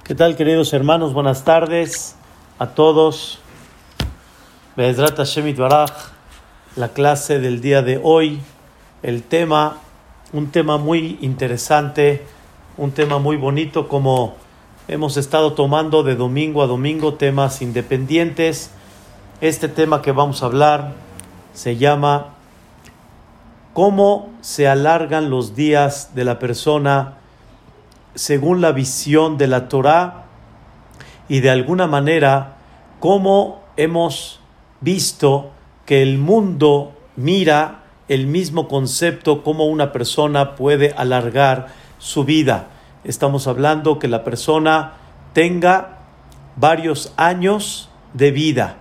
¿Qué tal, queridos hermanos? Buenas tardes a todos. Be'ezrat Hashem Yitbaraj, la clase del día de hoy, un tema muy interesante, un tema muy bonito, como hemos estado tomando de domingo a domingo temas independientes. Este tema que vamos a hablar se llama ¿cómo se alargan los días de la persona según la visión de la Torá? Y de alguna manera, cómo hemos visto que el mundo mira el mismo concepto, cómo una persona puede alargar su vida. Estamos hablando que la persona tenga varios años de vida.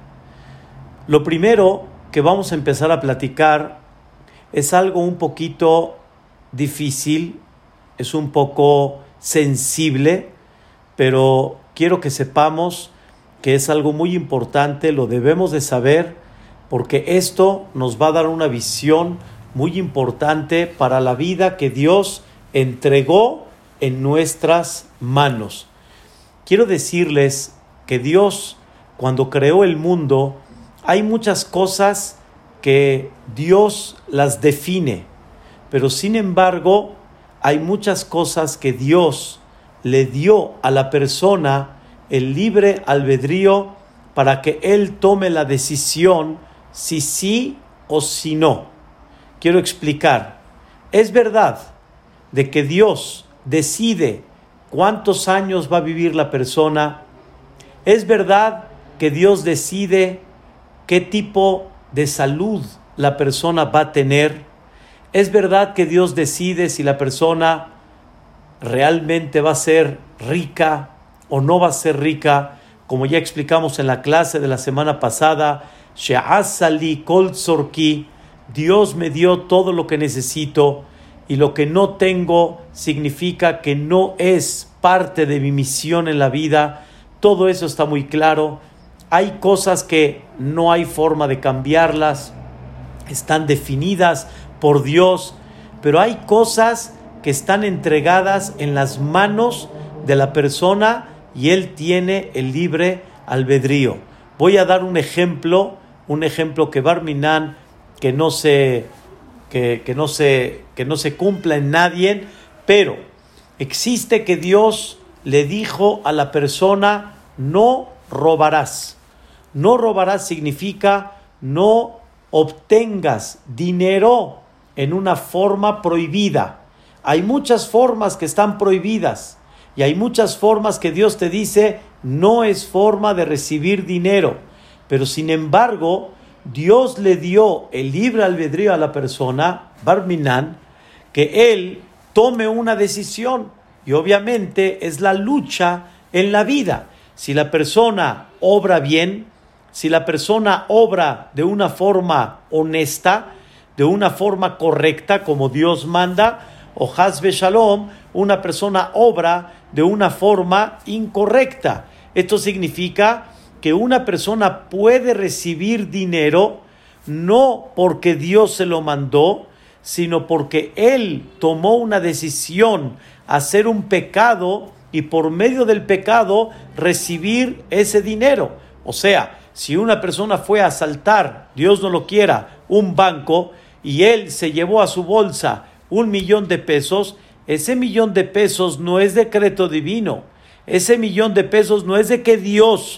Lo primero que vamos a empezar a platicar es algo un poquito difícil, es un poco sensible, pero quiero que sepamos que es algo muy importante, lo debemos de saber, porque esto nos va a dar una visión muy importante para la vida que Dios entregó en nuestras manos. Quiero decirles que Dios, cuando creó el mundo, hay muchas cosas que Dios las define, pero sin embargo, hay muchas cosas que Dios le dio a la persona el libre albedrío para que él tome la decisión si sí o si no. Quiero explicar. Es verdad de que Dios decide cuántos años va a vivir la persona. Es verdad que Dios decide qué tipo de salud la persona va a tener. Es verdad que Dios decide si la persona realmente va a ser rica o no va a ser rica, como ya explicamos en la clase de la semana pasada. She'asali kol tzorki, Dios me dio todo lo que necesito, y lo que no tengo significa que no es parte de mi misión en la vida. Todo eso está muy claro. Hay cosas que no hay forma de cambiarlas, están definidas por Dios, pero hay cosas que están entregadas en las manos de la persona y él tiene el libre albedrío. Voy a dar un ejemplo que Barminan, que no se cumpla en nadie, pero existe que Dios le dijo a la persona: no robarás. No robarás significa no obtengas dinero en una forma prohibida. Hay muchas formas que están prohibidas y hay muchas formas que Dios te dice no es forma de recibir dinero, pero sin embargo Dios le dio el libre albedrío a la persona, Barminan, que él tome una decisión, y obviamente es la lucha en la vida. Si la persona obra bien, si la persona obra de una forma honesta, de una forma correcta, como Dios manda, o Hasbe Shalom, una persona obra de una forma incorrecta. Esto significa que una persona puede recibir dinero no porque Dios se lo mandó, sino porque él tomó una decisión, hacer un pecado, y por medio del pecado recibir ese dinero. O sea, si una persona fue a asaltar, Dios no lo quiera, un banco, y él se llevó a su bolsa $1,000,000, ese $1,000,000 no es decreto divino. Ese $1,000,000 no es de que Dios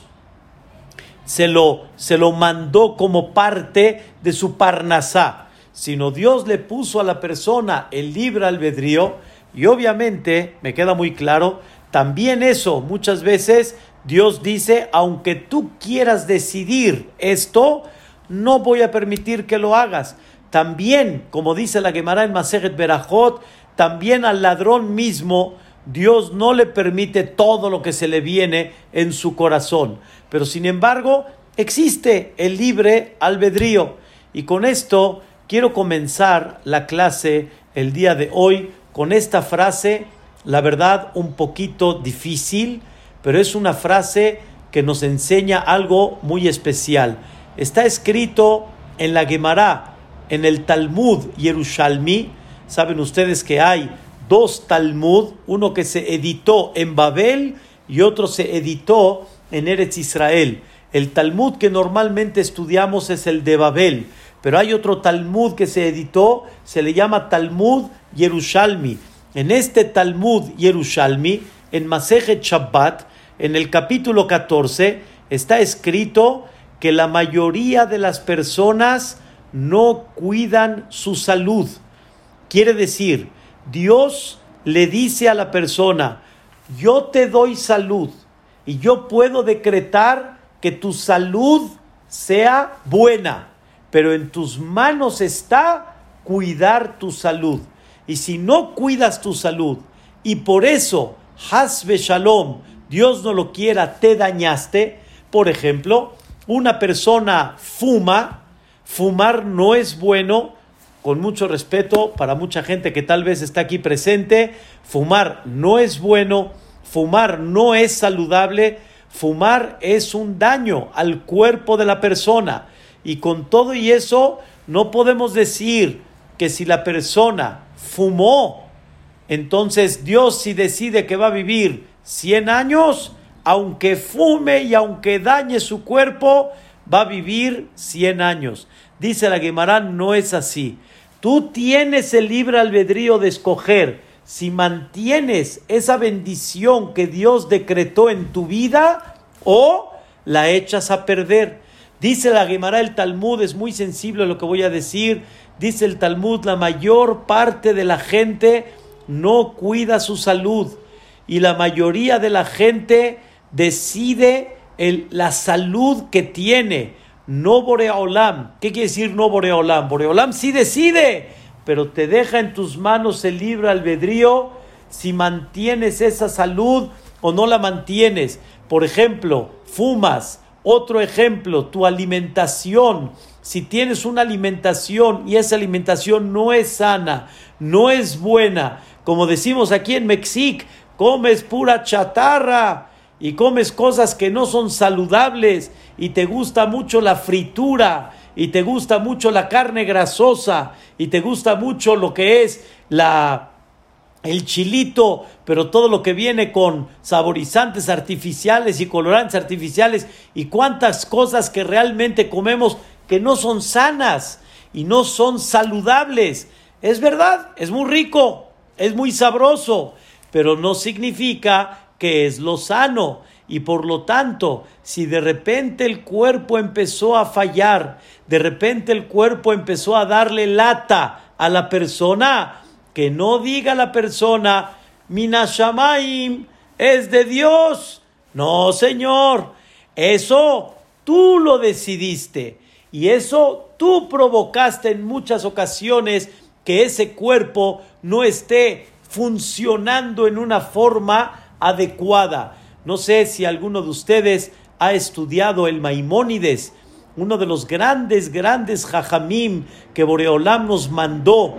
se lo mandó como parte de su parnasá, sino Dios le puso a la persona el libre albedrío. Y obviamente, me queda muy claro, también eso, muchas veces Dios dice: aunque tú quieras decidir esto, no voy a permitir que lo hagas. También, como dice la Gemara en Masejet Berajot, también al ladrón mismo Dios no le permite todo lo que se le viene en su corazón. Pero sin embargo, existe el libre albedrío. Y con esto quiero comenzar la clase el día de hoy con esta frase, la verdad un poquito difícil, pero es una frase que nos enseña algo muy especial. Está escrito en la Gemara, en el Talmud Yerushalmi. Saben ustedes que hay 2 Talmud, uno que se editó en Babel y otro se editó en Eretz Israel. El Talmud que normalmente estudiamos es el de Babel, pero hay otro Talmud que se editó, se le llama Talmud Yerushalmi. En este Talmud Yerushalmi, en Masejet Shabbat, en el capítulo 14, está escrito que la mayoría de las personas no cuidan su salud. Quiere decir, Dios le dice a la persona: yo te doy salud y yo puedo decretar que tu salud sea buena, pero en tus manos está cuidar tu salud. Y si no cuidas tu salud y por eso, Haz Shalom, Dios no lo quiera, te dañaste. Por ejemplo, una persona fumar no es bueno. Con mucho respeto para mucha gente que tal vez está aquí presente, fumar no es bueno, fumar no es saludable, fumar es un daño al cuerpo de la persona. Y con todo y eso, no podemos decir que si la persona fumó, entonces Dios, si decide que va a vivir 100 años, aunque fume y aunque dañe su cuerpo, va a vivir 100 años. Dice la Gemara, no es así. Tú tienes el libre albedrío de escoger si mantienes esa bendición que Dios decretó en tu vida o la echas a perder. Dice la Gemara, el Talmud, es muy sensible lo que voy a decir. Dice el Talmud, la mayor parte de la gente no cuida su salud y la mayoría de la gente decide la salud que tiene. No Boreolam. ¿Qué quiere decir no Boreolam? Boreolam sí decide, pero te deja en tus manos el libre albedrío si mantienes esa salud o no la mantienes. Por ejemplo, fumas. Otro ejemplo, tu alimentación. Si tienes una alimentación y esa alimentación no es sana, no es buena, como decimos aquí en México, comes pura chatarra y comes cosas que no son saludables y te gusta mucho la fritura y te gusta mucho la carne grasosa y te gusta mucho lo que es el chilito, pero todo lo que viene con saborizantes artificiales y colorantes artificiales y cuántas cosas que realmente comemos que no son sanas y no son saludables. Es verdad, es muy rico, es muy sabroso, pero no significa que es lo sano. Y por lo tanto, si de repente el cuerpo empezó a fallar, de repente el cuerpo empezó a darle lata a la persona, que no diga la persona, Minashamaim, es de Dios. No, señor, eso tú lo decidiste y eso tú provocaste en muchas ocasiones que ese cuerpo no esté funcionando en una forma adecuada. No sé si alguno de ustedes ha estudiado el Maimónides, uno de los grandes jajamim que Boreolam nos mandó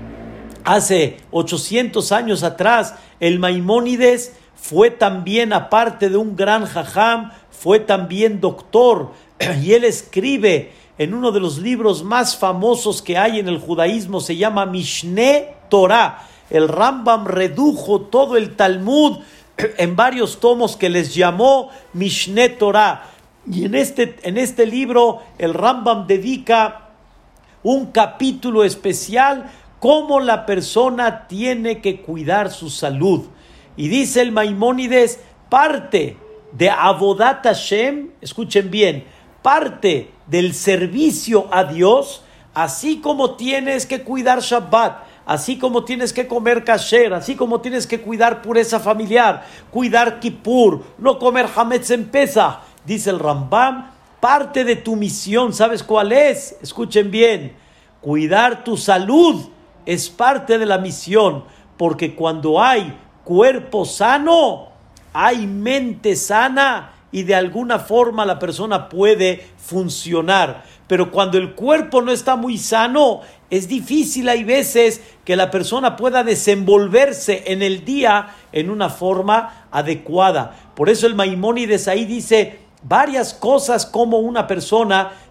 hace 800 años atrás. El Maimónides fue también, aparte de un gran jajam, fue también doctor, y él escribe en uno de los libros más famosos que hay en el judaísmo, se llama Mishneh Torah. El Rambam redujo todo el Talmud en varios tomos que les llamó Mishneh Torah. Y en este libro el Rambam dedica un capítulo especial cómo la persona tiene que cuidar su salud. Y dice el Maimónides, parte de Avodat Hashem, escuchen bien, parte del servicio a Dios, así como tienes que cuidar Shabbat, así como tienes que comer kasher, así como tienes que cuidar pureza familiar, cuidar Kippur, no comer Hametz en Pesach, dice el Rambam, parte de tu misión, ¿sabes cuál es? Escuchen bien, cuidar tu salud es parte de la misión, porque cuando hay cuerpo sano, hay mente sana y de alguna forma la persona puede funcionar. Pero cuando el cuerpo no está muy sano, es difícil, hay veces, que la persona pueda desenvolverse en el día en una forma adecuada. Por eso el Maimónides ahí dice varias cosas como una persona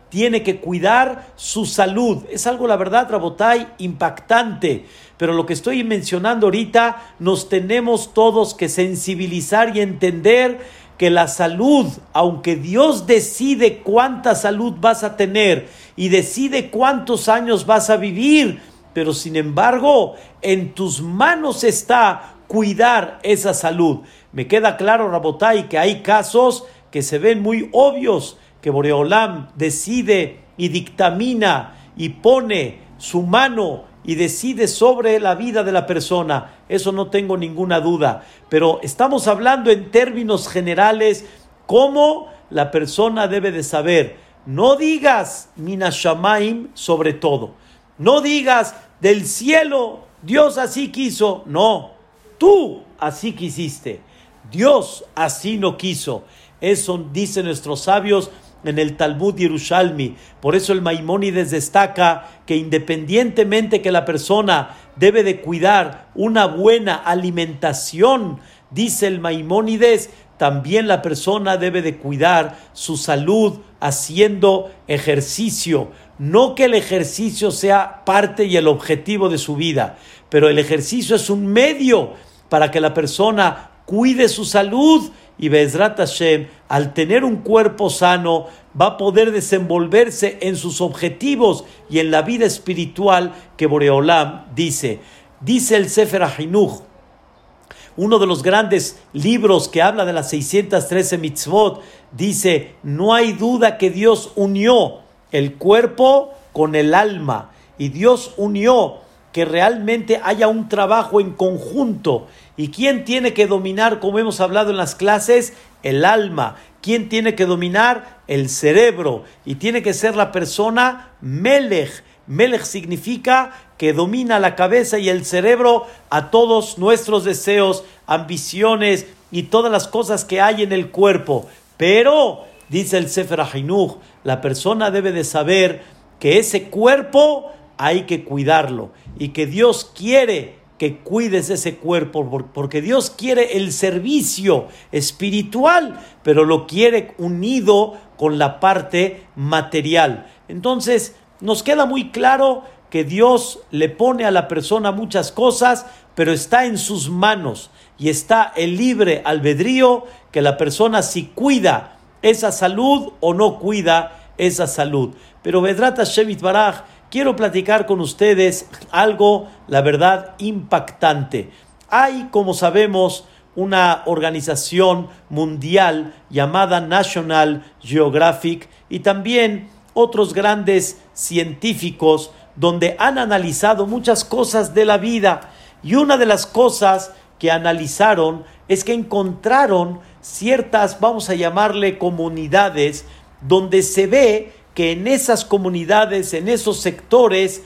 tiene que cuidar su salud. Es algo, la verdad, Rabotay, impactante. Pero lo que estoy mencionando ahorita, nos tenemos todos que sensibilizar y entender que la salud, aunque Dios decide cuánta salud vas a tener y decide cuántos años vas a vivir, pero sin embargo, en tus manos está cuidar esa salud. Me queda claro, Rabotay, que hay casos que se ven muy obvios, que Boreolam decide y dictamina y pone su mano y decide sobre la vida de la persona. Eso no tengo ninguna duda. Pero estamos hablando en términos generales, cómo la persona debe de saber. No digas Minashamaim sobre todo. No digas del cielo, Dios así quiso. No, tú así quisiste. Dios así no quiso. Eso dicen nuestros sabios en el Talmud Yerushalmi. Por eso el Maimónides destaca que independientemente que la persona debe de cuidar una buena alimentación, dice el Maimónides, también la persona debe de cuidar su salud haciendo ejercicio. No que el ejercicio sea parte y el objetivo de su vida, pero el ejercicio es un medio para que la persona cuide su salud. Y Be'ezrat Hashem, al tener un cuerpo sano, va a poder desenvolverse en sus objetivos y en la vida espiritual que Boreolam dice. Dice el Sefer HaHinuch, uno de los grandes libros que habla de las 613 mitzvot, dice, no hay duda que Dios unió el cuerpo con el alma. Y Dios unió que realmente haya un trabajo en conjunto. ¿Y quién tiene que dominar, como hemos hablado en las clases? El alma. ¿Quién tiene que dominar? El cerebro. Y tiene que ser la persona Melech. Melech significa que domina la cabeza y el cerebro a todos nuestros deseos, ambiciones y todas las cosas que hay en el cuerpo. Pero, dice el Sefer HaHinuch, la persona debe de saber que ese cuerpo hay que cuidarlo y que Dios quiere que cuides ese cuerpo, porque Dios quiere el servicio espiritual, pero lo quiere unido con la parte material. Entonces, nos queda muy claro que Dios le pone a la persona muchas cosas, pero está en sus manos y está el libre albedrío que la persona si cuida esa salud o no cuida esa salud. Pero Be'ezrat Hashem Yitbaraj, quiero platicar con ustedes algo, la verdad, impactante. Hay, como sabemos, una organización mundial llamada National Geographic y también otros grandes científicos donde han analizado muchas cosas de la vida. Y una de las cosas que analizaron es que encontraron ciertas, vamos a llamarle comunidades, donde se ve que en esas comunidades, en esos sectores,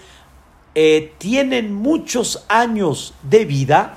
tienen muchos años de vida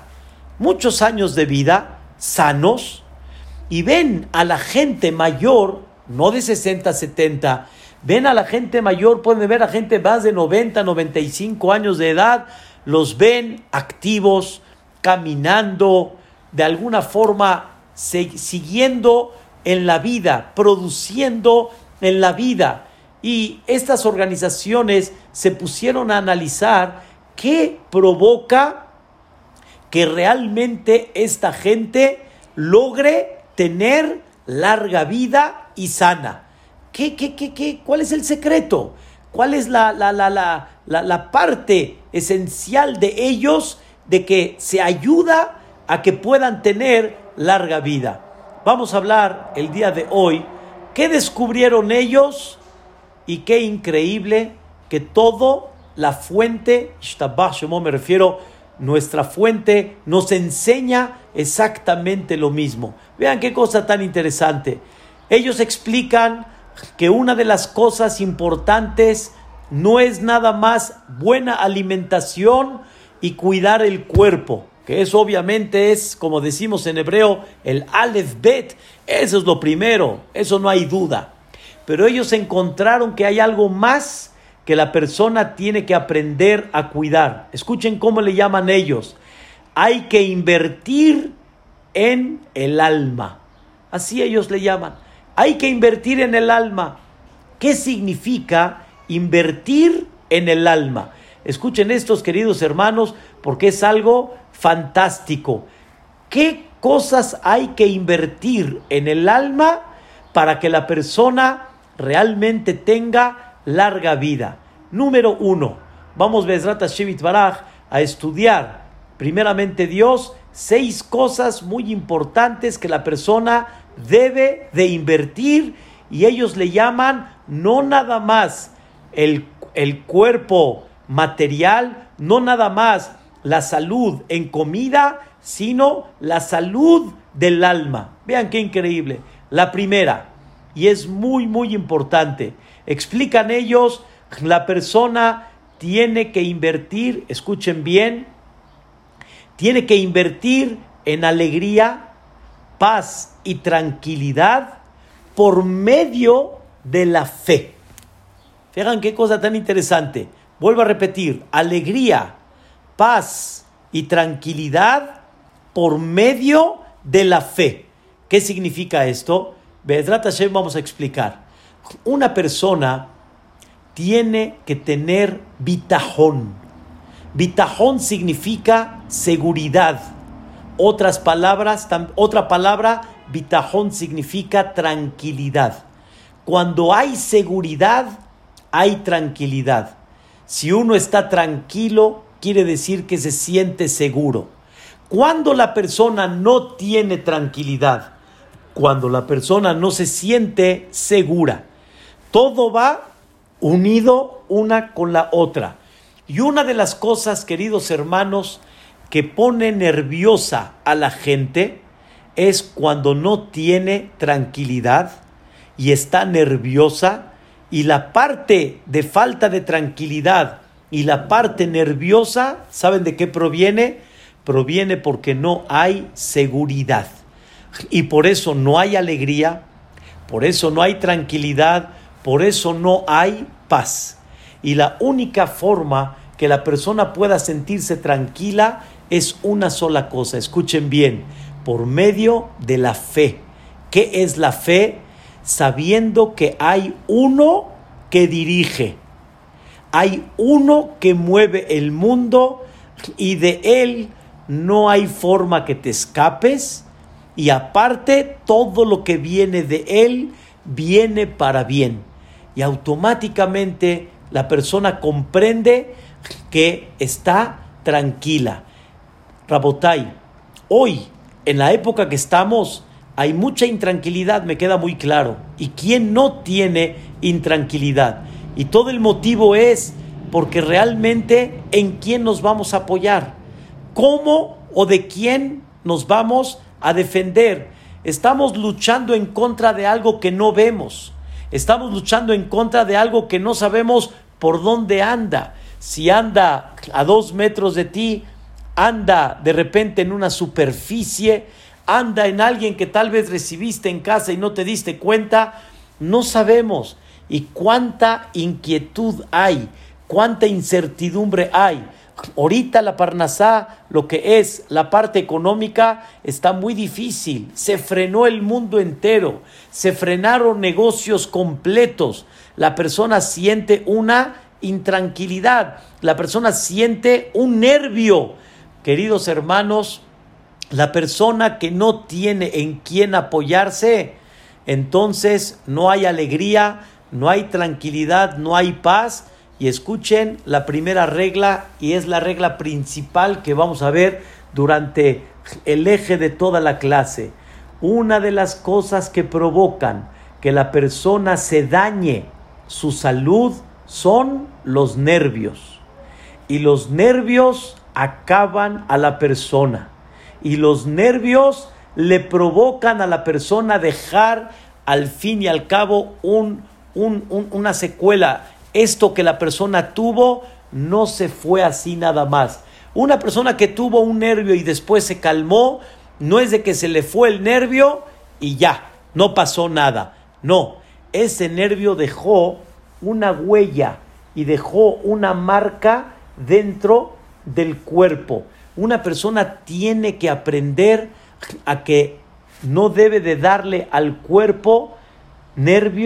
sanos, y ven a la gente mayor, no de 60, 70, ven a la gente mayor, pueden ver a gente más de 90, 95 años de edad, los ven activos, caminando, de alguna forma siguiendo en la vida, produciendo en la vida. Y estas organizaciones se pusieron a analizar qué provoca que realmente esta gente logre tener larga vida y sana. ¿Cuál es el secreto? ¿Cuál es la parte esencial de ellos de que se ayuda a que puedan tener larga vida? Vamos a hablar el día de hoy qué descubrieron ellos. Y qué increíble que todo la fuente, me refiero, nuestra fuente nos enseña exactamente lo mismo. Vean qué cosa tan interesante. Ellos explican que una de las cosas importantes no es nada más buena alimentación y cuidar el cuerpo, que eso obviamente es, como decimos en hebreo, el Aleph Bet. Eso es lo primero, eso no hay duda. Pero ellos encontraron que hay algo más que la persona tiene que aprender a cuidar. Escuchen cómo le llaman ellos. Hay que invertir en el alma. Así ellos le llaman. Hay que invertir en el alma. ¿Qué significa invertir en el alma? Escuchen estos, queridos hermanos, porque es algo fantástico. ¿Qué cosas hay que invertir en el alma para que la persona realmente tenga larga vida? Número 1, vamos Be'ezrat Hashem Yitbaraj a estudiar, primeramente Dios, 6 cosas muy importantes que la persona debe de invertir, y ellos le llaman no nada más el cuerpo material, no nada más la salud en comida, sino la salud del alma. Vean qué increíble. La primera, y es muy muy importante, explican ellos, la persona tiene que invertir, escuchen bien, tiene que invertir en alegría, paz y tranquilidad por medio de la fe. Fíjense qué cosa tan interesante. Vuelvo a repetir, alegría, paz y tranquilidad por medio de la fe. ¿Qué significa esto? Be'ezrat Hashem vamos a explicar. Una persona tiene que tener bitajón. Bitajón significa seguridad. Otra palabra, bitajón significa tranquilidad. Cuando hay seguridad, hay tranquilidad. Si uno está tranquilo, quiere decir que se siente seguro. Cuando la persona no tiene tranquilidad, cuando la persona no se siente segura, todo va unido una con la otra. Y una de las cosas, queridos hermanos, que pone nerviosa a la gente es cuando no tiene tranquilidad y está nerviosa, y la parte de falta de tranquilidad y la parte nerviosa, ¿saben de qué proviene? Proviene porque no hay seguridad, y por eso no hay alegría, por eso no hay tranquilidad, por eso no hay paz. Y la única forma que la persona pueda sentirse tranquila es una sola cosa, escuchen bien, por medio de la fe. ¿Qué es la fe? Sabiendo que hay uno que dirige, hay uno que mueve el mundo, y de él no hay forma que te escapes, y aparte todo lo que viene de él viene para bien, y automáticamente la persona comprende que está tranquila. Rabotai, hoy, en la época que estamos, hay mucha intranquilidad, me queda muy claro. ¿Y quién no tiene intranquilidad? Y todo el motivo es porque realmente ¿en quién nos vamos a apoyar? ¿Cómo o de quién nos vamos a defender? Estamos luchando en contra de algo que no vemos. Estamos luchando en contra de algo que no sabemos por dónde anda. Si anda a 2 metros de ti, anda de repente en una superficie, anda en alguien que tal vez recibiste en casa y no te diste cuenta, no sabemos. Y cuánta inquietud hay, cuánta incertidumbre hay. Ahorita la Parnasá, lo que es la parte económica, está muy difícil. Se frenó el mundo entero, se frenaron negocios completos. La persona siente una intranquilidad, la persona siente un nervio. Queridos hermanos, la persona que no tiene en quién apoyarse, entonces no hay alegría, no hay tranquilidad, no hay paz. Y escuchen la primera regla, y es la regla principal que vamos a ver durante el eje de toda la clase. Una de las cosas que provocan que la persona se dañe su salud son los nervios. Y los nervios acaban a la persona. Y los nervios le provocan a la persona dejar al fin y al cabo una secuela. Esto que la persona tuvo no se fue así nada más. Una persona que tuvo un nervio y después se calmó, no es de que se le fue el nervio y ya, no pasó nada. No, ese nervio dejó una huella y dejó una marca dentro del cuerpo. Una persona tiene que aprender a que no debe de darle al cuerpo nervio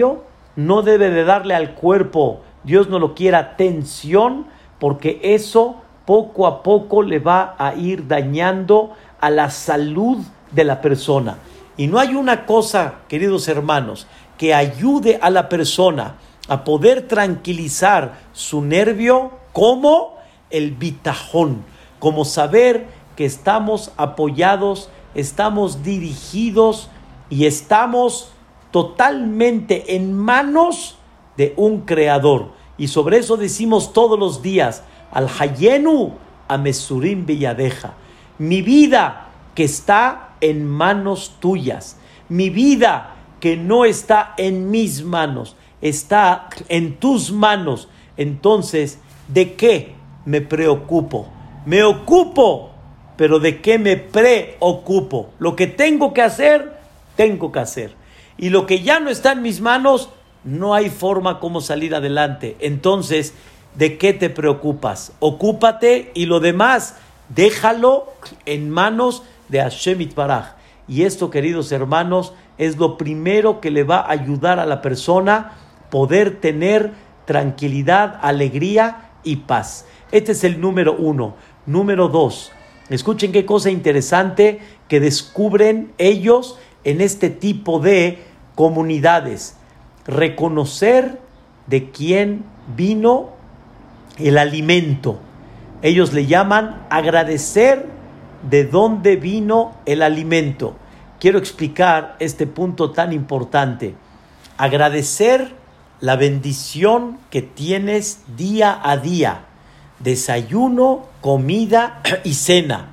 no debe de darle al cuerpo, Dios no lo quiera, tensión, porque eso poco a poco le va a ir dañando a la salud de la persona. Y no hay una cosa, queridos hermanos, que ayude a la persona a poder tranquilizar su nervio como el bitajón, como saber que estamos apoyados, estamos dirigidos y estamos totalmente en manos de un creador. Y sobre eso decimos todos los días, al hayenu a mesurim beyadeja, mi vida que está en manos tuyas, mi vida que no está en mis manos, está en tus manos. Entonces, ¿de qué me preocupo? Me ocupo, pero ¿de qué me preocupo? Lo que tengo que hacer, tengo que hacer. Y lo que ya no está en mis manos, no hay forma como salir adelante. Entonces, ¿de qué te preocupas? Ocúpate y lo demás, déjalo en manos de Hashem Yitbaraj. Y esto, queridos hermanos, es lo primero que le va a ayudar a la persona poder tener tranquilidad, alegría y paz. Este es el número 1. Número 2. Escuchen qué cosa interesante que descubren ellos en este tipo de comunidades. Reconocer de quién vino el alimento. Ellos le llaman agradecer de dónde vino el alimento. Quiero explicar este punto tan importante. Agradecer la bendición que tienes día a día. Desayuno, comida y cena.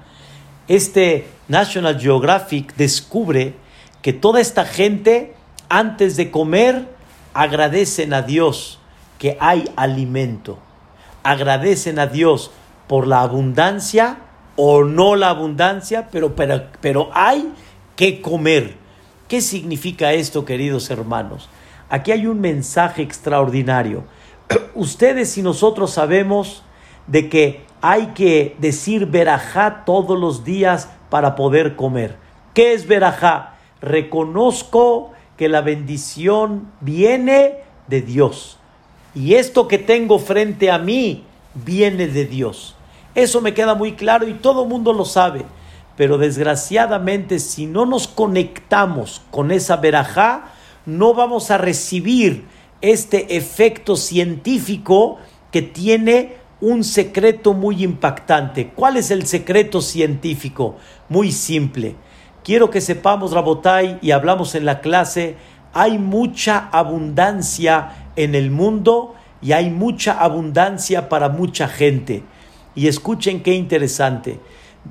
National Geographic descubre que toda esta gente, antes de comer, agradecen a Dios que hay alimento. Agradecen a Dios por la abundancia o no la abundancia, pero hay que comer. ¿Qué significa esto, queridos hermanos? Aquí hay un mensaje extraordinario. Ustedes y nosotros sabemos de que hay que decir verajá todos los días para poder comer. ¿Qué es verajá? Reconozco que la bendición viene de Dios. Y esto que tengo frente a mí viene de Dios. Eso me queda muy claro y todo el mundo lo sabe. Pero desgraciadamente, si no nos conectamos con esa verajá, no vamos a recibir este efecto científico que tiene un secreto muy impactante. ¿Cuál es el secreto científico? Muy simple. Quiero que sepamos, Rabotai, y hablamos en la clase, hay mucha abundancia en el mundo y hay mucha abundancia para mucha gente. Y escuchen qué interesante.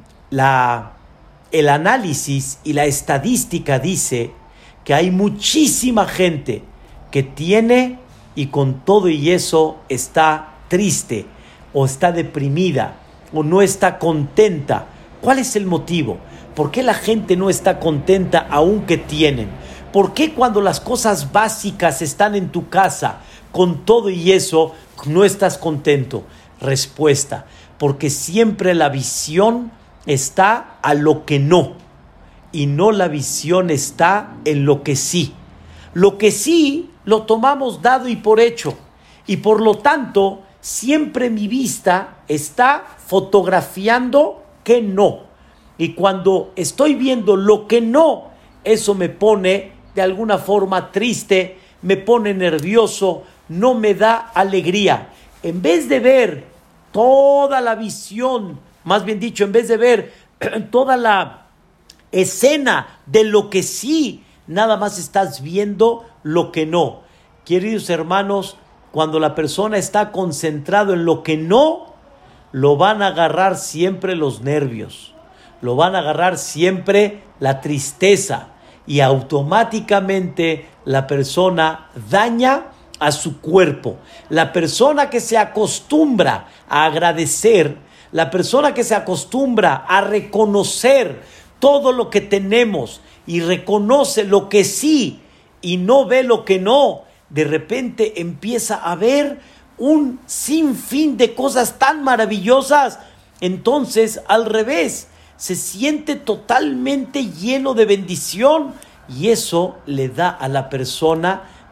El análisis y la estadística dice que hay muchísima gente que tiene y con todo y eso está triste o está deprimida o no está contenta. ¿Cuál es el motivo? ¿Por qué la gente no está contenta aunque tienen? ¿Por qué cuando las cosas básicas están en tu casa, con todo y eso, no estás contento? Respuesta: porque siempre la visión está a lo que no, y no la visión está en lo que sí. Lo que sí lo tomamos dado y por hecho, y por lo tanto siempre mi vista está fotografiando que no. Y cuando estoy viendo lo que no, eso me pone de alguna forma triste, me pone nervioso, no me da alegría. En vez de ver toda la visión, más bien dicho, en vez de ver toda la escena de lo que sí, nada más estás viendo lo que no. Queridos hermanos, cuando la persona está concentrado en lo que no, lo van a agarrar siempre los nervios, lo van a agarrar siempre la tristeza, y automáticamente la persona daña a su cuerpo. La persona que se acostumbra a agradecer, la persona que se acostumbra a reconocer todo lo que tenemos y reconoce lo que sí y no ve lo que no, de repente empieza a ver un sinfín de cosas tan maravillosas. Entonces, al revés, se siente totalmente lleno de bendición, y eso le da a la persona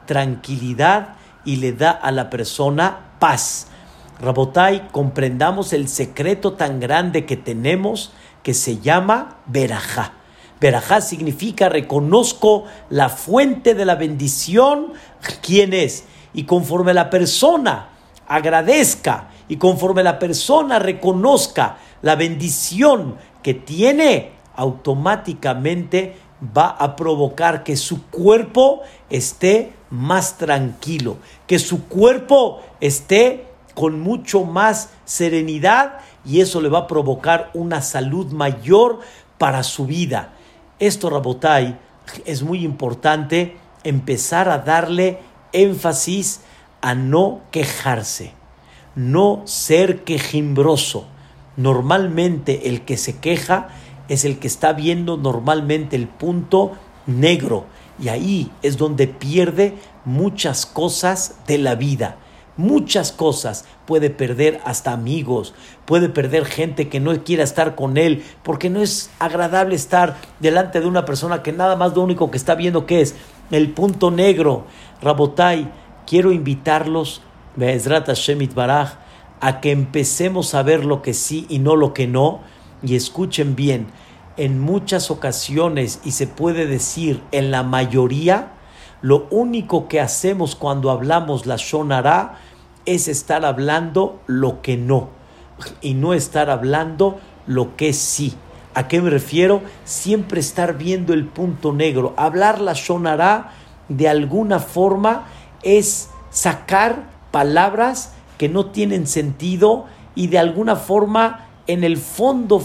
tranquilidad y le da a la persona paz. Rabotai, comprendamos el secreto tan grande que tenemos que se llama verajá. Verajá significa reconozco la fuente de la bendición, ¿quién es? Y conforme la persona agradezca y conforme la persona reconozca la bendición que tiene, automáticamente va a provocar que su cuerpo esté más tranquilo, que su cuerpo esté con mucho más serenidad y eso le va a provocar una salud mayor para su vida. Esto, Rabotai, es muy importante empezar a darle énfasis a no quejarse, no ser quejimbroso. Normalmente el que se queja es el que está viendo normalmente el punto negro y ahí es donde pierde muchas cosas de la vida. Muchas cosas, puede perder hasta amigos, puede perder gente que no quiera estar con él, porque no es agradable estar delante de una persona que nada más lo único que está viendo que es el punto negro. Rabotai, quiero invitarlos, Be'ezrat Hashem Yitbaraj, a que empecemos a ver lo que sí y no lo que no, y escuchen bien, en muchas ocasiones, y se puede decir en la mayoría, lo único que hacemos cuando hablamos Lashon Hara es estar hablando lo que no y no estar hablando lo que sí. ¿A qué me refiero? Siempre estar viendo el punto negro. Hablar Lashon Hara de alguna forma es sacar palabras que no tienen sentido y de alguna forma en el fondo,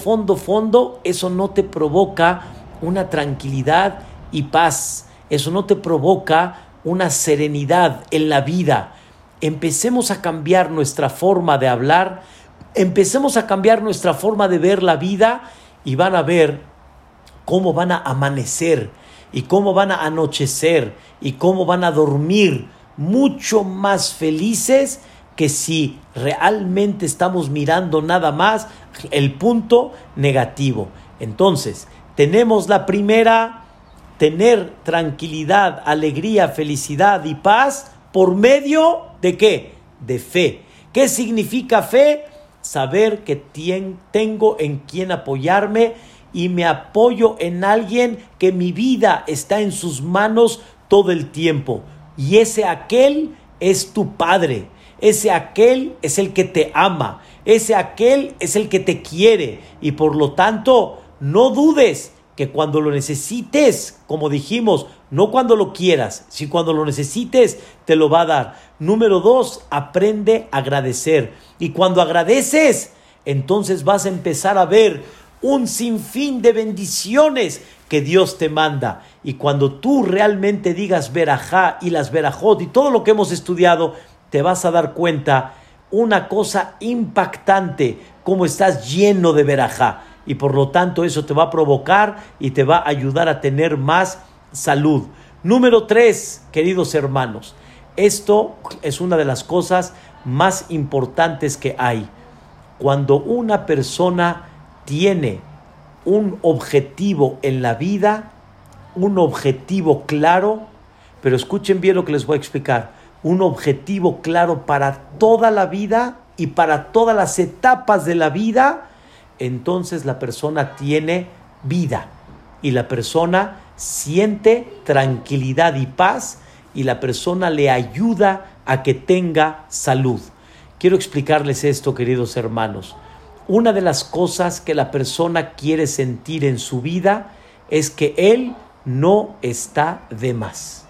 eso no te provoca una tranquilidad y paz. Eso no te provoca una serenidad en la vida. Empecemos a cambiar nuestra forma de hablar, empecemos a cambiar nuestra forma de ver la vida y van a ver cómo van a amanecer y cómo van a anochecer y cómo van a dormir mucho más felices que si realmente estamos mirando nada más el punto negativo. Entonces, tenemos la primera, tener tranquilidad, alegría, felicidad y paz por medio de ¿qué? De fe. ¿Qué significa fe? Saber que tengo en quien apoyarme y me apoyo en alguien que mi vida está en sus manos todo el tiempo. Y ese aquel es tu padre. Ese aquel es el que te ama. Ese aquel es el que te quiere. Y por lo tanto, no dudes que cuando lo necesites, como dijimos, no cuando lo quieras, sino cuando lo necesites, te lo va a dar. Número 2, aprende a agradecer. Y cuando agradeces, entonces vas a empezar a ver un sinfín de bendiciones que Dios te manda. Y cuando tú realmente digas verajá y las verajot y todo lo que hemos estudiado, te vas a dar cuenta una cosa impactante, cómo estás lleno de verajá. Y por lo tanto eso te va a provocar y te va a ayudar a tener más salud. Número 3, queridos hermanos, esto es una de las cosas más importantes que hay. Cuando una persona tiene un objetivo en la vida, un objetivo claro, pero escuchen bien lo que les voy a explicar, un objetivo claro para toda la vida y para todas las etapas de la vida, entonces la persona tiene vida y la persona siente tranquilidad y paz y la persona le ayuda a que tenga salud. Quiero explicarles esto, queridos hermanos. Una de las cosas que la persona quiere sentir en su vida es que él no está de más.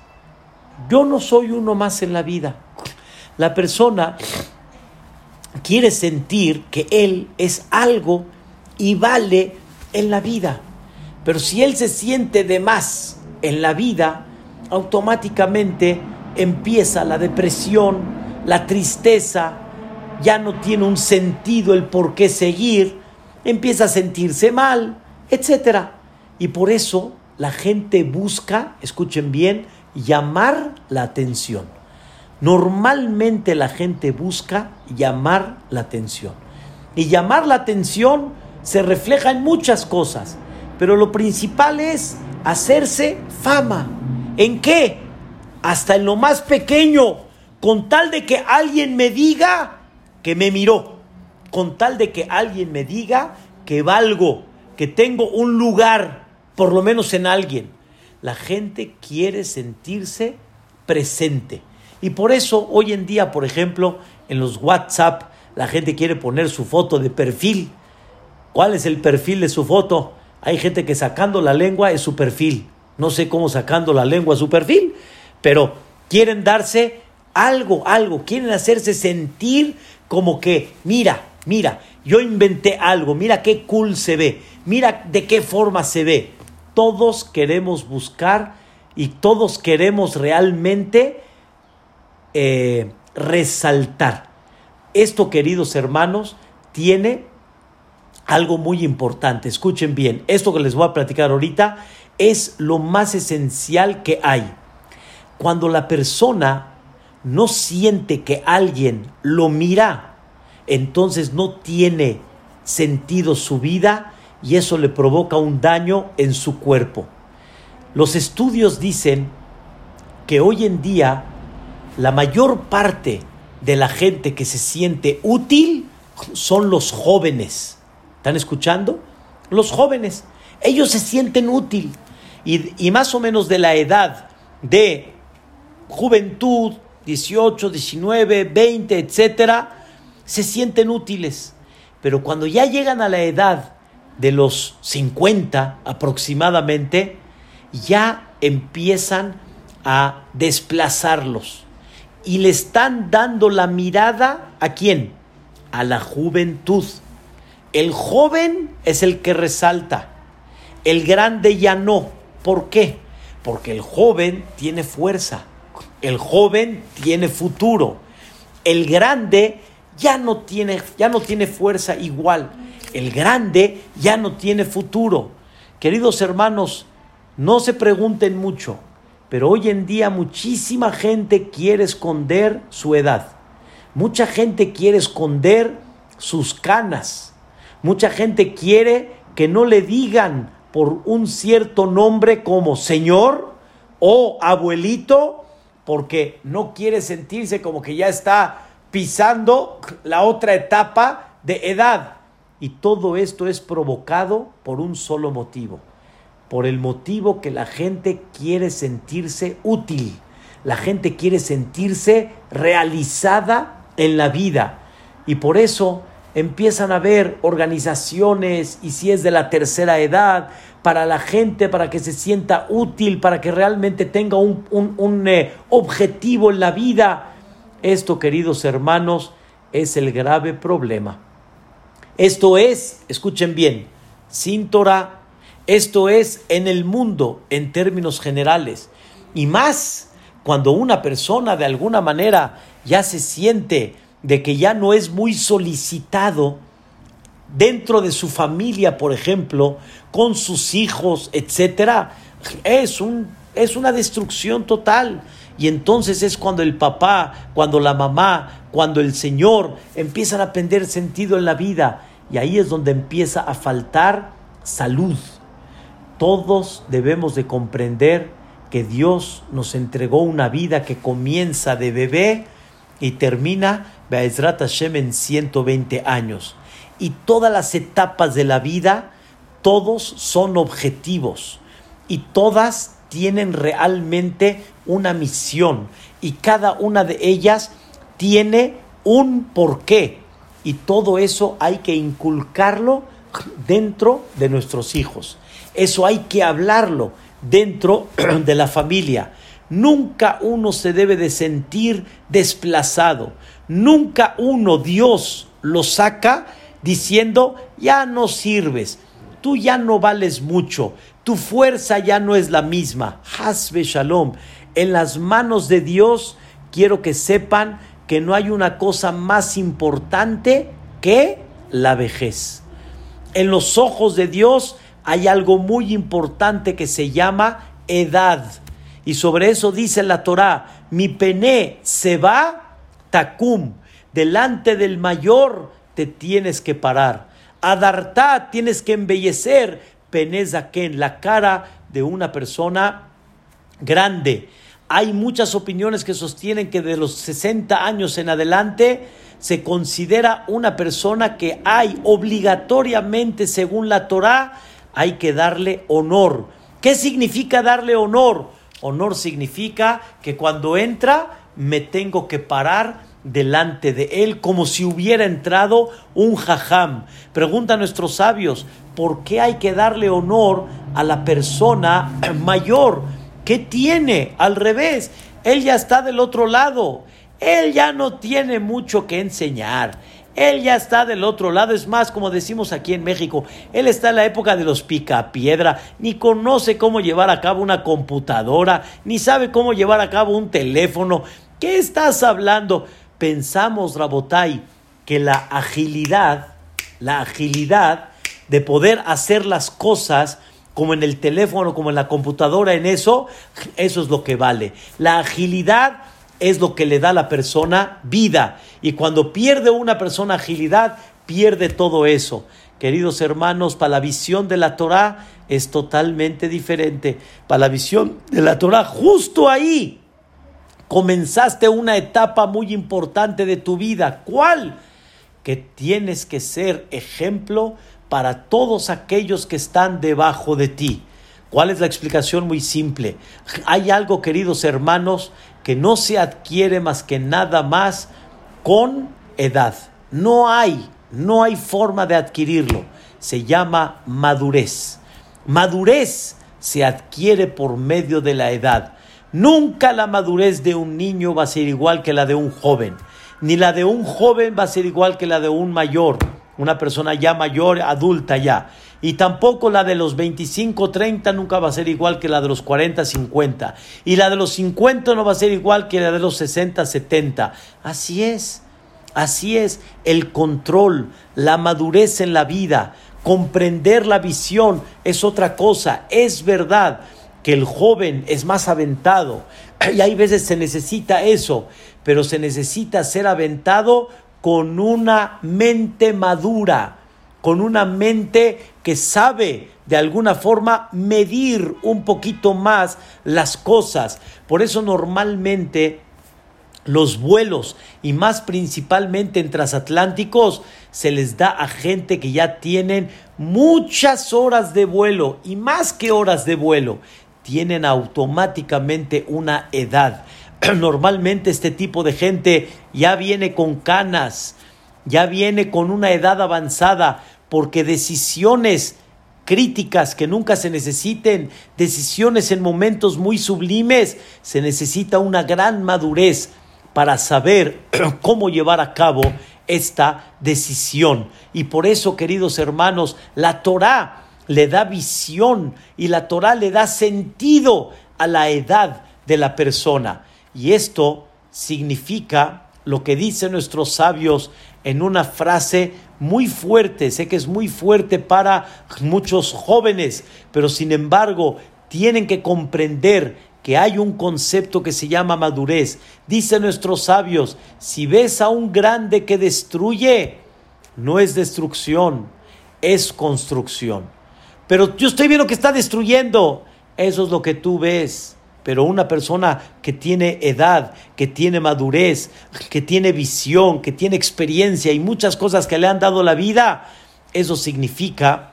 Yo no soy uno más en la vida. La persona quiere sentir que él es algo y vale en la vida. Pero si él se siente de más en la vida, automáticamente empieza la depresión, la tristeza, ya no tiene un sentido el por qué seguir, empieza a sentirse mal, etc. Y por eso la gente busca, escuchen bien, llamar la atención. Normalmente la gente busca llamar la atención. Y llamar la atención se refleja en muchas cosas, pero lo principal es hacerse fama. ¿En qué? hasta en lo más pequeño, con tal de que alguien me diga que me miró, con tal de que alguien me diga que valgo, que tengo un lugar, por lo menos en alguien. La gente quiere sentirse presente. Y por eso hoy en día, por ejemplo, en los WhatsApp, la gente quiere poner su foto de perfil. ¿Cuál es el perfil de su foto? Hay gente que sacando la lengua es su perfil. No sé cómo sacando la lengua es su perfil, pero quieren darse algo, quieren hacerse sentir como que, mira, yo inventé algo, mira qué cool se ve, mira de qué forma se ve. Todos queremos buscar y todos queremos realmente resaltar. Esto, queridos hermanos, tiene algo muy importante. Escuchen bien, esto que les voy a platicar ahorita es lo más esencial que hay. Cuando la persona no siente que alguien lo mira, entonces no tiene sentido su vida y eso le provoca un daño en su cuerpo. Los estudios dicen que hoy en día la mayor parte de la gente que se siente útil son los jóvenes. ¿Están escuchando? Los jóvenes. Ellos se sienten útil y más o menos de la edad de juventud, 18, 19, 20, etcétera, se sienten útiles. Pero cuando ya llegan a la edad de los 50 aproximadamente, ya empiezan a desplazarlos y le están dando la mirada ¿a quién? A la juventud. El joven es el que resalta, el grande ya no. ¿Por qué? Porque el joven tiene fuerza, el joven tiene futuro, el grande ya no tiene fuerza igual, el grande ya no tiene futuro. Queridos hermanos, no se pregunten mucho, pero hoy en día muchísima gente quiere esconder su edad, mucha gente quiere esconder sus canas, mucha gente quiere que no le digan por un cierto nombre como señor o abuelito, porque no quiere sentirse como que ya está pisando la otra etapa de edad. Y todo esto es provocado por un solo motivo, por el motivo que la gente quiere sentirse útil, la gente quiere sentirse realizada en la vida, y por eso empiezan a haber organizaciones, y si es de la tercera edad, para la gente, para que se sienta útil, para que realmente tenga un objetivo en la vida. Esto, queridos hermanos, es el grave problema. Esto es, escuchen bien, sin Torah, esto es en el mundo en términos generales, y más cuando una persona de alguna manera ya se siente de que ya no es muy solicitado dentro de su familia, por ejemplo, con sus hijos, etcétera, es una destrucción total. Y entonces es cuando el papá, cuando la mamá, cuando el señor empiezan a perder sentido en la vida, y ahí es donde empieza a faltar salud. Todos debemos de comprender que Dios nos entregó una vida que comienza de bebé y termina Be'ezrat Hashem en 120 años. Y todas las etapas de la vida, todos son objetivos y todas tienen realmente una misión, y cada una de ellas tiene un porqué, y todo eso hay que inculcarlo dentro de nuestros hijos. Eso hay que hablarlo dentro de la familia. Nunca uno se debe de sentir desplazado. Nunca uno, Dios lo saca diciendo, ya no sirves, tú ya no vales mucho, tu fuerza ya no es la misma. Hasbe Shalom. En las manos de Dios quiero que sepan que no hay una cosa más importante que la vejez. En los ojos de Dios hay algo muy importante que se llama edad. Y sobre eso dice la Torá, mi pené se va takum, delante del mayor te tienes que parar. Adartá, tienes que embellecer, pené zaken, la cara de una persona grande. Hay muchas opiniones que sostienen que de los 60 años en adelante se considera una persona que hay obligatoriamente, según la Torá, hay que darle honor. ¿Qué significa darle honor? Honor significa que cuando entra me tengo que parar delante de él como si hubiera entrado un jajam. Preguntan nuestros sabios, ¿por qué hay que darle honor a la persona mayor? ¿Qué tiene? Al revés, él ya está del otro lado. Él ya no tiene mucho que enseñar. Él ya está del otro lado. Es más, como decimos aquí en México, él está en la época de los picapiedra. Ni conoce cómo llevar a cabo una computadora, ni sabe cómo llevar a cabo un teléfono. ¿Qué estás hablando? Pensamos, Rabotai, que la agilidad de poder hacer las cosas como en el teléfono, como en la computadora, eso es lo que vale. La agilidad es lo que le da a la persona vida. Y cuando pierde una persona agilidad, pierde todo eso. Queridos hermanos, para la visión de la Torá es totalmente diferente. Para la visión de la Torá, justo ahí comenzaste una etapa muy importante de tu vida. ¿Cuál? Que tienes que ser ejemplo para todos aquellos que están debajo de ti. ¿Cuál es la explicación? Muy simple. Hay algo, queridos hermanos, que no se adquiere más que nada más con edad. No hay forma de adquirirlo. Se llama madurez. Madurez se adquiere por medio de la edad. Nunca la madurez de un niño va a ser igual que la de un joven. Ni la de un joven va a ser igual que la de un mayor. Una persona ya mayor, adulta ya. Y tampoco la de los 25, 30 nunca va a ser igual que la de los 40, 50. Y la de los 50 no va a ser igual que la de los 60, 70. Así es el control, la madurez en la vida, comprender la visión es otra cosa. Es verdad que el joven es más aventado y hay veces se necesita eso, pero se necesita ser aventado con una mente madura, con una mente que sabe de alguna forma medir un poquito más las cosas. Por eso normalmente los vuelos, y más principalmente en transatlánticos, se les da a gente que ya tienen muchas horas de vuelo, y más que horas de vuelo, tienen automáticamente una edad. Normalmente este tipo de gente ya viene con canas, ya viene con una edad avanzada, porque decisiones críticas que nunca se necesiten, decisiones en momentos muy sublimes, se necesita una gran madurez para saber cómo llevar a cabo esta decisión. Y por eso, queridos hermanos, la Torá le da visión y la Torá le da sentido a la edad de la persona. Y esto significa lo que dicen nuestros sabios en una frase muy fuerte. Sé que es muy fuerte para muchos jóvenes, pero sin embargo tienen que comprender que hay un concepto que se llama madurez. Dicen nuestros sabios, si ves a un grande que destruye, no es destrucción, es construcción. Pero yo estoy viendo que está destruyendo. Eso es lo que tú ves. Pero una persona que tiene edad, que tiene madurez, que tiene visión, que tiene experiencia y muchas cosas que le han dado la vida, eso significa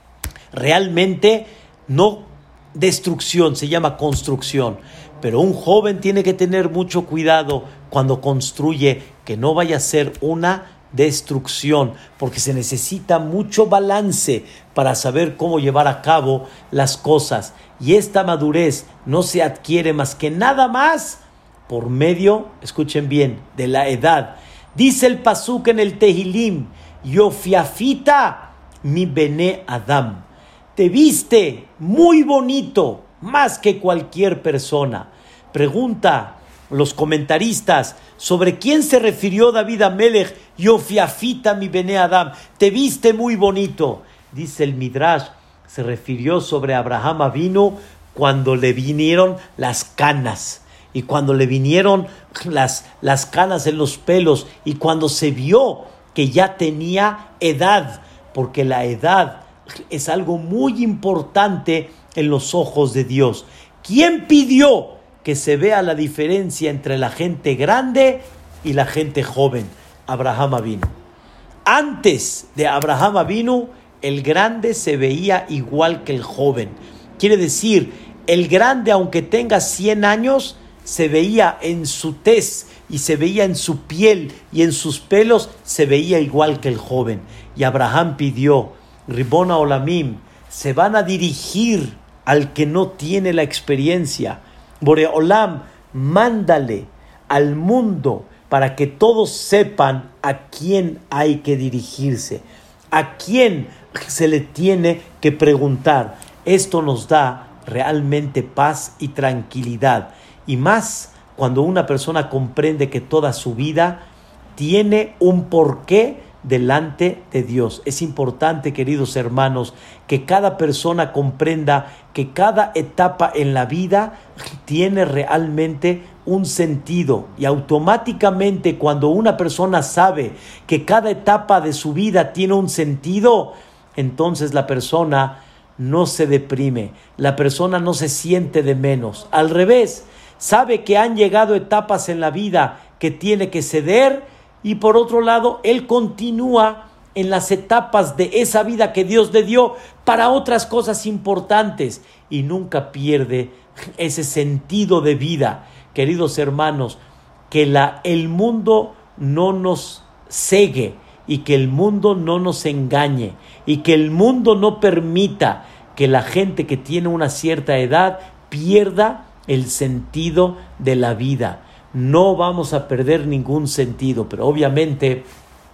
realmente no destrucción, se llama construcción. Pero un joven tiene que tener mucho cuidado cuando construye, que no vaya a ser una destrucción, porque se necesita mucho balance para saber cómo llevar a cabo las cosas. Y esta madurez no se adquiere más que nada más por medio, escuchen bien, de la edad. Dice el pasuk en el Tehilim, Yofiafita mi bene Adam. Te viste muy bonito, más que cualquier persona. Pregunta los comentaristas sobre quién se refirió David Amelech, Yofiafita mi bene Adam. Te viste muy bonito. Dice el Midrash, se refirió sobre Abraham Avinu cuando le vinieron las canas. Y cuando le vinieron las canas en los pelos. Y cuando se vio que ya tenía edad. Porque la edad es algo muy importante en los ojos de Dios. ¿Quién pidió que se vea la diferencia entre la gente grande y la gente joven. Abraham Avinu. Antes de Abraham Avinu, el grande se veía igual que el joven. Quiere decir, el grande, aunque tenga 100 años, se veía en su tez y se veía en su piel y en sus pelos, se veía igual que el joven. Y Abraham pidió, Ribona Olamim, se van a dirigir al que no tiene la experiencia. Boreolam, mándale al mundo para que todos sepan a quién hay que dirigirse, a quién se le tiene que preguntar. Esto nos da realmente paz y tranquilidad, y más cuando una persona comprende que toda su vida tiene un porqué delante de Dios. Es importante, queridos hermanos, que cada persona comprenda que cada etapa en la vida tiene realmente un sentido, y automáticamente cuando una persona sabe que cada etapa de su vida tiene un sentido, entonces la persona no se deprime, la persona no se siente de menos. Al revés, sabe que han llegado etapas en la vida que tiene que ceder, y por otro lado, él continúa en las etapas de esa vida que Dios le dio para otras cosas importantes, y nunca pierde ese sentido de vida. Queridos hermanos, que el mundo no nos cegue, y que el mundo no nos engañe, y que el mundo no permita que la gente que tiene una cierta edad pierda el sentido de la vida. No vamos a perder ningún sentido, pero obviamente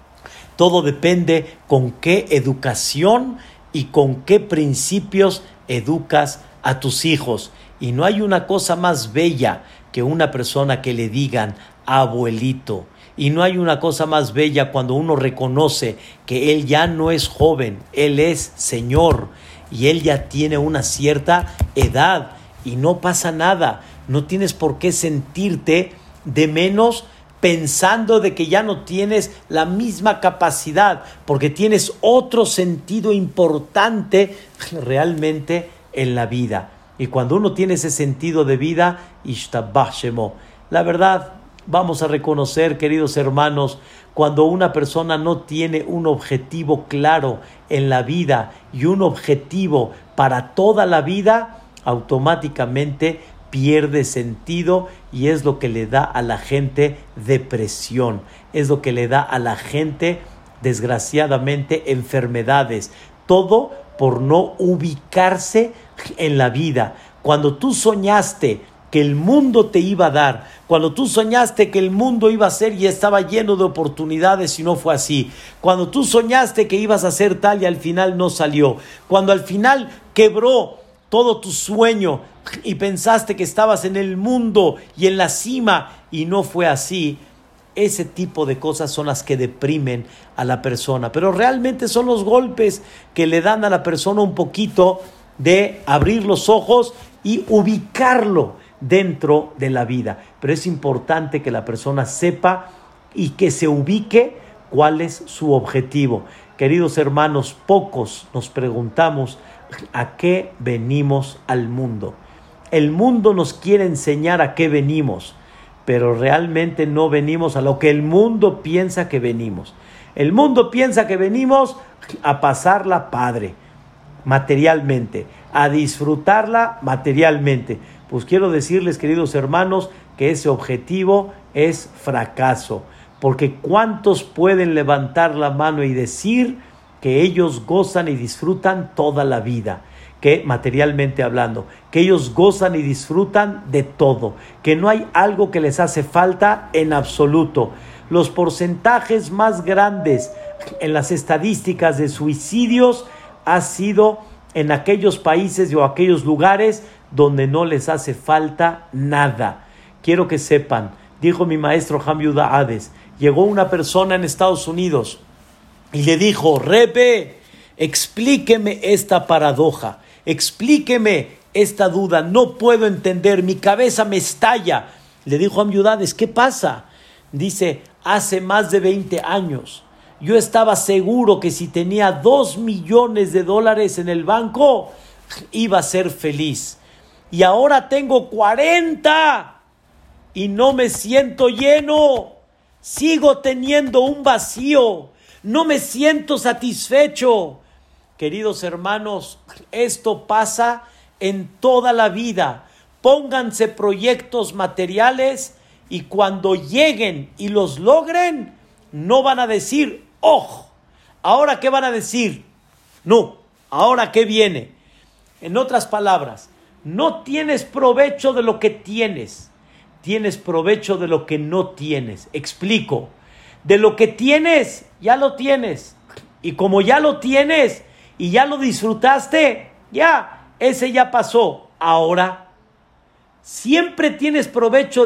todo depende con qué educación y con qué principios educas a tus hijos. Y no hay una cosa más bella que una persona que le digan abuelito. Y no hay una cosa más bella cuando uno reconoce que él ya no es joven, él es señor y él ya tiene una cierta edad, y no pasa nada. No tienes por qué sentirte de menos pensando de que ya no tienes la misma capacidad, porque tienes otro sentido importante realmente en la vida. Y cuando uno tiene ese sentido de vida, Ishtabach Shemo, la verdad, vamos a reconocer, queridos hermanos, cuando una persona no tiene un objetivo claro en la vida y un objetivo para toda la vida, automáticamente pierde sentido, y es lo que le da a la gente depresión, es lo que le da a la gente, desgraciadamente, enfermedades. Todo por no ubicarse en la vida. Cuando tú soñaste que el mundo te iba a dar, cuando tú soñaste que el mundo iba a ser y estaba lleno de oportunidades y no fue así, cuando tú soñaste que ibas a hacer tal y al final no salió, cuando al final quebró todo tu sueño y pensaste que estabas en el mundo y en la cima y no fue así, ese tipo de cosas son las que deprimen a la persona. Pero realmente son los golpes que le dan a la persona un poquito de abrir los ojos y ubicarlo dentro de la vida. Pero es importante que la persona sepa y que se ubique cuál es su objetivo. Queridos hermanos, pocos nos preguntamos a qué venimos al mundo. El mundo nos quiere enseñar a qué venimos, pero realmente no venimos a lo que el mundo piensa que venimos. El mundo piensa que venimos a pasarla padre, materialmente, a disfrutarla materialmente. Pues quiero decirles, queridos hermanos, que ese objetivo es fracaso, porque ¿cuántos pueden levantar la mano y decir que ellos gozan y disfrutan toda la vida? Que materialmente hablando, que ellos gozan y disfrutan de todo, que no hay algo que les hace falta en absoluto. Los porcentajes más grandes en las estadísticas de suicidios ha sido en aquellos países o aquellos lugares donde no les hace falta nada. Quiero que sepan, dijo mi maestro Ham Yehuda Hades, llegó una persona en Estados Unidos y le dijo: Rebbe, explíqueme esta paradoja, explíqueme esta duda, no puedo entender, mi cabeza me estalla. Le dijo Ham Yehuda Hades: ¿qué pasa? Dice: hace más de 20 años yo estaba seguro que si tenía $2 millones en el banco iba a ser feliz. y ahora tengo 40 y no me siento lleno. Sigo teniendo un vacío. No me siento satisfecho. Queridos hermanos, esto pasa en toda la vida. Pónganse proyectos materiales y cuando lleguen y los logren, no van a decir, ¡oh! ¿Ahora qué van a decir? No, ¿ahora qué viene? En otras palabras, no tienes provecho de lo que tienes. Tienes provecho de lo que no tienes. Explico. De lo que tienes, ya lo tienes. Y como ya lo tienes y ya lo disfrutaste, ya, ese ya pasó. Ahora, siempre tienes provecho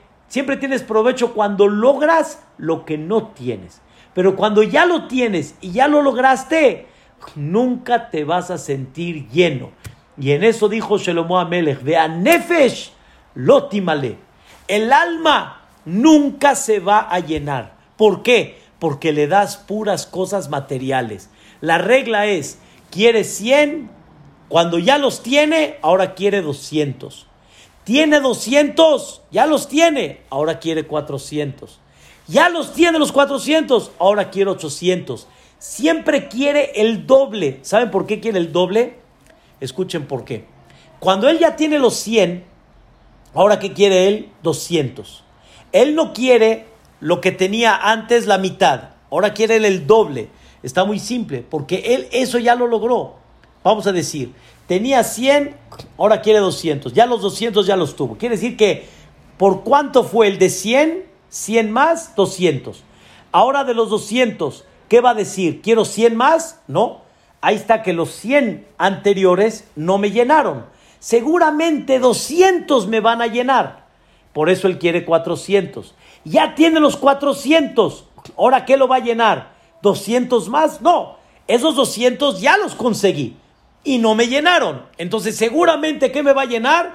cuando logras lo que no tienes. Pero cuando ya lo tienes y ya lo lograste, nunca te vas a sentir lleno. Y en eso dijo Shlomo HaMelech, Ve'anefesh lo timale. El alma nunca se va a llenar. ¿Por qué? Porque le das puras cosas materiales. La regla es, quiere 100, cuando ya los tiene, ahora quiere 200. Tiene 200, ya los tiene, ahora quiere 400. Ya los tiene los 400, ahora quiere 800. Siempre quiere el doble. ¿Saben por qué quiere el doble? Escuchen por qué. Cuando él ya tiene los 100, ahora ¿qué quiere él? 200. Él no quiere lo que tenía antes la mitad. Ahora quiere él el doble. Está muy simple, porque él eso ya lo logró. Vamos a decir, tenía 100, ahora quiere 200. Ya los 200 ya los tuvo. Quiere decir que, ¿por cuánto fue el de 100? 100 más, 200. Ahora de los 200, ¿qué va a decir? ¿Quiero 100 más? No. Ahí está que los 100 anteriores no me llenaron. Seguramente 200 me van a llenar. Por eso él quiere 400. Ya tiene los 400. ¿Ahora qué lo va a llenar? ¿200 más? No. Esos 200 ya los conseguí y no me llenaron. Entonces seguramente ¿qué me va a llenar?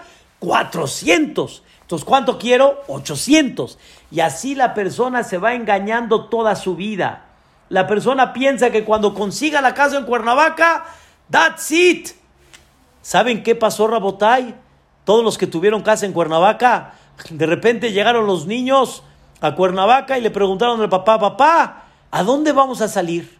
400. Entonces, ¿cuánto quiero? 800. Y así la persona se va engañando toda su vida. La persona piensa que cuando consiga la casa en Cuernavaca, that's it. ¿Saben qué pasó, Rabotay? Todos los que tuvieron casa en Cuernavaca, de repente llegaron los niños a Cuernavaca y le preguntaron al papá, papá, ¿a dónde vamos a salir?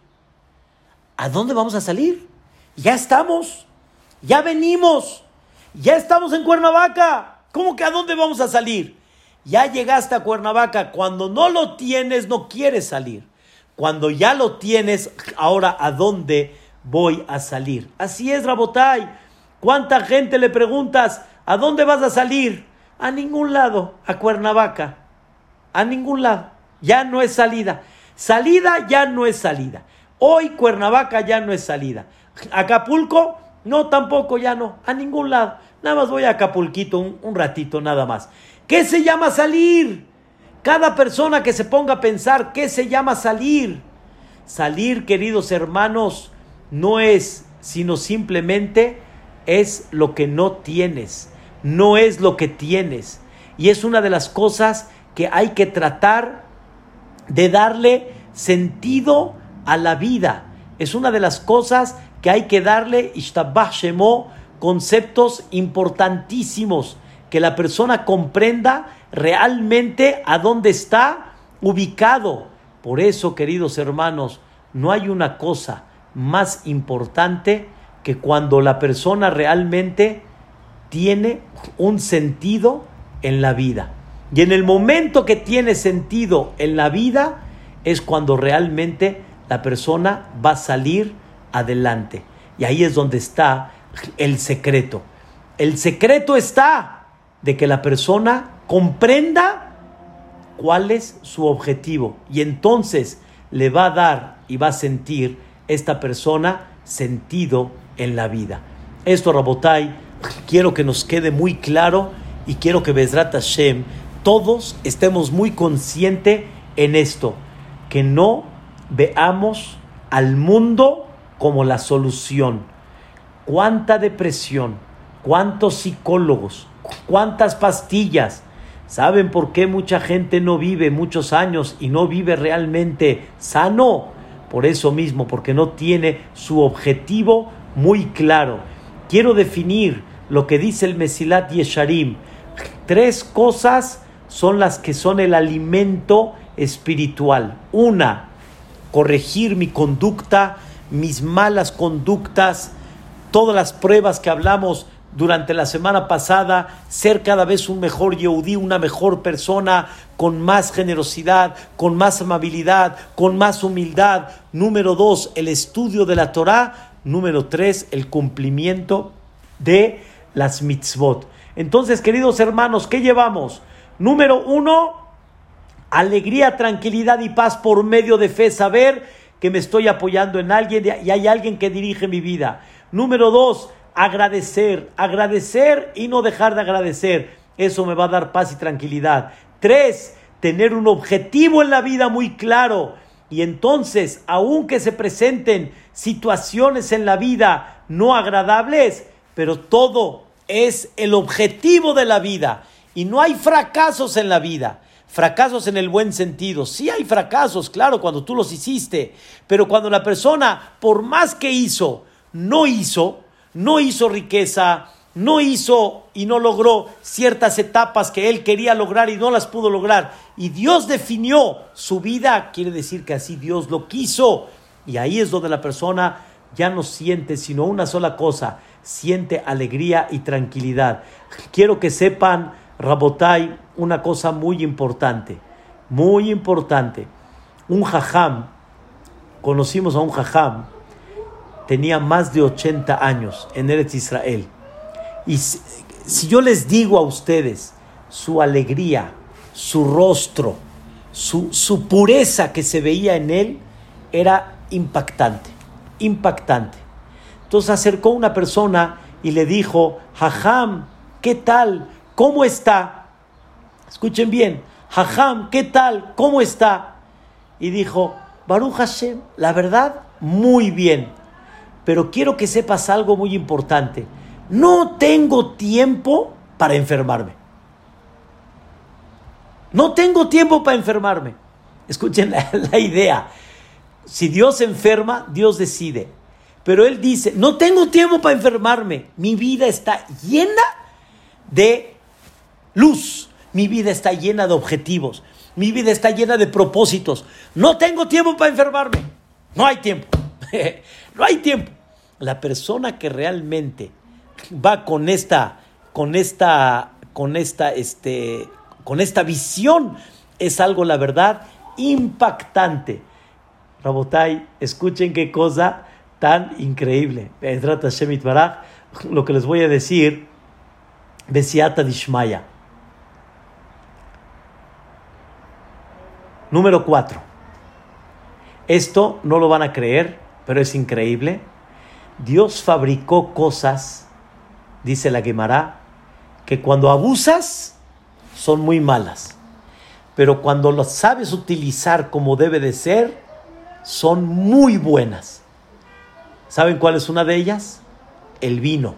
¿A dónde vamos a salir? Ya estamos, ya venimos, ya estamos en Cuernavaca. ¿Cómo que a dónde vamos a salir? Ya llegaste a Cuernavaca. Cuando no lo tienes, no quieres salir. Cuando ya lo tienes, ahora ¿a dónde voy a salir? Así es, Rabotay. ¿Cuánta gente le preguntas, ¿a dónde vas a salir? A ningún lado, a Cuernavaca. A ningún lado. Ya no es salida. Salida ya no es salida. Hoy Cuernavaca ya no es salida. Acapulco, no, tampoco, ya no. A ningún lado. Nada más voy a Acapulquito un ratito, nada más. ¿Qué se llama salir? Cada persona que se ponga a pensar, ¿qué se llama salir? Salir, queridos hermanos, no es, sino simplemente es lo que no tienes. No es lo que tienes. Y es una de las cosas que hay que tratar de darle sentido a la vida. Es una de las cosas que hay que darle, Ishtabach Shemo, conceptos importantísimos, que la persona comprenda realmente a dónde está ubicado. Por eso, queridos hermanos, no hay una cosa más importante que cuando la persona realmente tiene un sentido en la vida. Y en el momento que tiene sentido en la vida es cuando realmente la persona va a salir adelante. Y ahí es donde está el secreto. El secreto está de que la persona comprenda cuál es su objetivo y entonces le va a dar y va a sentir esta persona sentido en la vida. Esto, Rabotay, quiero que nos quede muy claro y quiero que Bezrat Hashem todos estemos muy conscientes en esto, que no veamos al mundo como la solución. Cuánta depresión, cuántos psicólogos, cuántas pastillas. ¿Saben por qué mucha gente no vive muchos años y no vive realmente sano? Por eso mismo, porque no tiene su objetivo muy claro. Quiero definir lo que dice el Mesilat Yesharim. 3 cosas son las que son el alimento espiritual. 1, corregir mi conducta, mis malas conductas, todas las pruebas que hablamos durante la semana pasada, ser cada vez un mejor Yehudí, una mejor persona, con más generosidad, con más amabilidad, con más humildad. Número 2, el estudio de la Torah. Número 3, el cumplimiento de las mitzvot. Entonces, queridos hermanos, ¿qué llevamos? Número 1, alegría, tranquilidad y paz por medio de fe, saber que me estoy apoyando en alguien y hay alguien que dirige mi vida. Número 2, agradecer y no dejar de agradecer. Eso me va a dar paz y tranquilidad. 3, tener un objetivo en la vida muy claro. Y entonces, aunque se presenten situaciones en la vida no agradables, pero todo es el objetivo de la vida. Y no hay fracasos en la vida. Fracasos en el buen sentido. Sí hay fracasos, claro, cuando tú los hiciste. Pero cuando la persona, por más que no hizo riqueza, no hizo y no logró ciertas etapas que él quería lograr y no las pudo lograr. Y Dios definió su vida, quiere decir que así Dios lo quiso. Y ahí es donde la persona ya no siente sino una sola cosa, siente alegría y tranquilidad. Quiero que sepan, Rabotai, una cosa muy importante. Un jajam, conocimos a un jajam, tenía más de 80 años en Eretz Israel. Y si yo les digo a ustedes su alegría, su rostro, su pureza que se veía en él, era impactante. Entonces acercó una persona y le dijo: Jajam, ¿qué tal? ¿Cómo está? Escuchen bien. Jajam, ¿qué tal? ¿Cómo está? Y dijo: Baruch Hashem, la verdad, muy bien. Pero quiero que sepas algo muy importante. No tengo tiempo para enfermarme. Escuchen la idea. Si Dios enferma, Dios decide. Pero Él dice: no tengo tiempo para enfermarme. Mi vida está llena de luz. Mi vida está llena de objetivos. Mi vida está llena de propósitos. No tengo tiempo para enfermarme. No hay tiempo. No hay tiempo. La persona que realmente va con esta visión es algo, la verdad, impactante. Rabotai, escuchen qué cosa tan increíble. Lo que les voy a decir, Besiata Dishmaya. Número 4. Esto no lo van a creer, pero es increíble. Dios fabricó cosas, dice la Gemara, que cuando abusas son muy malas, pero cuando las sabes utilizar como debe de ser, son muy buenas. ¿Saben cuál es una de ellas? El vino.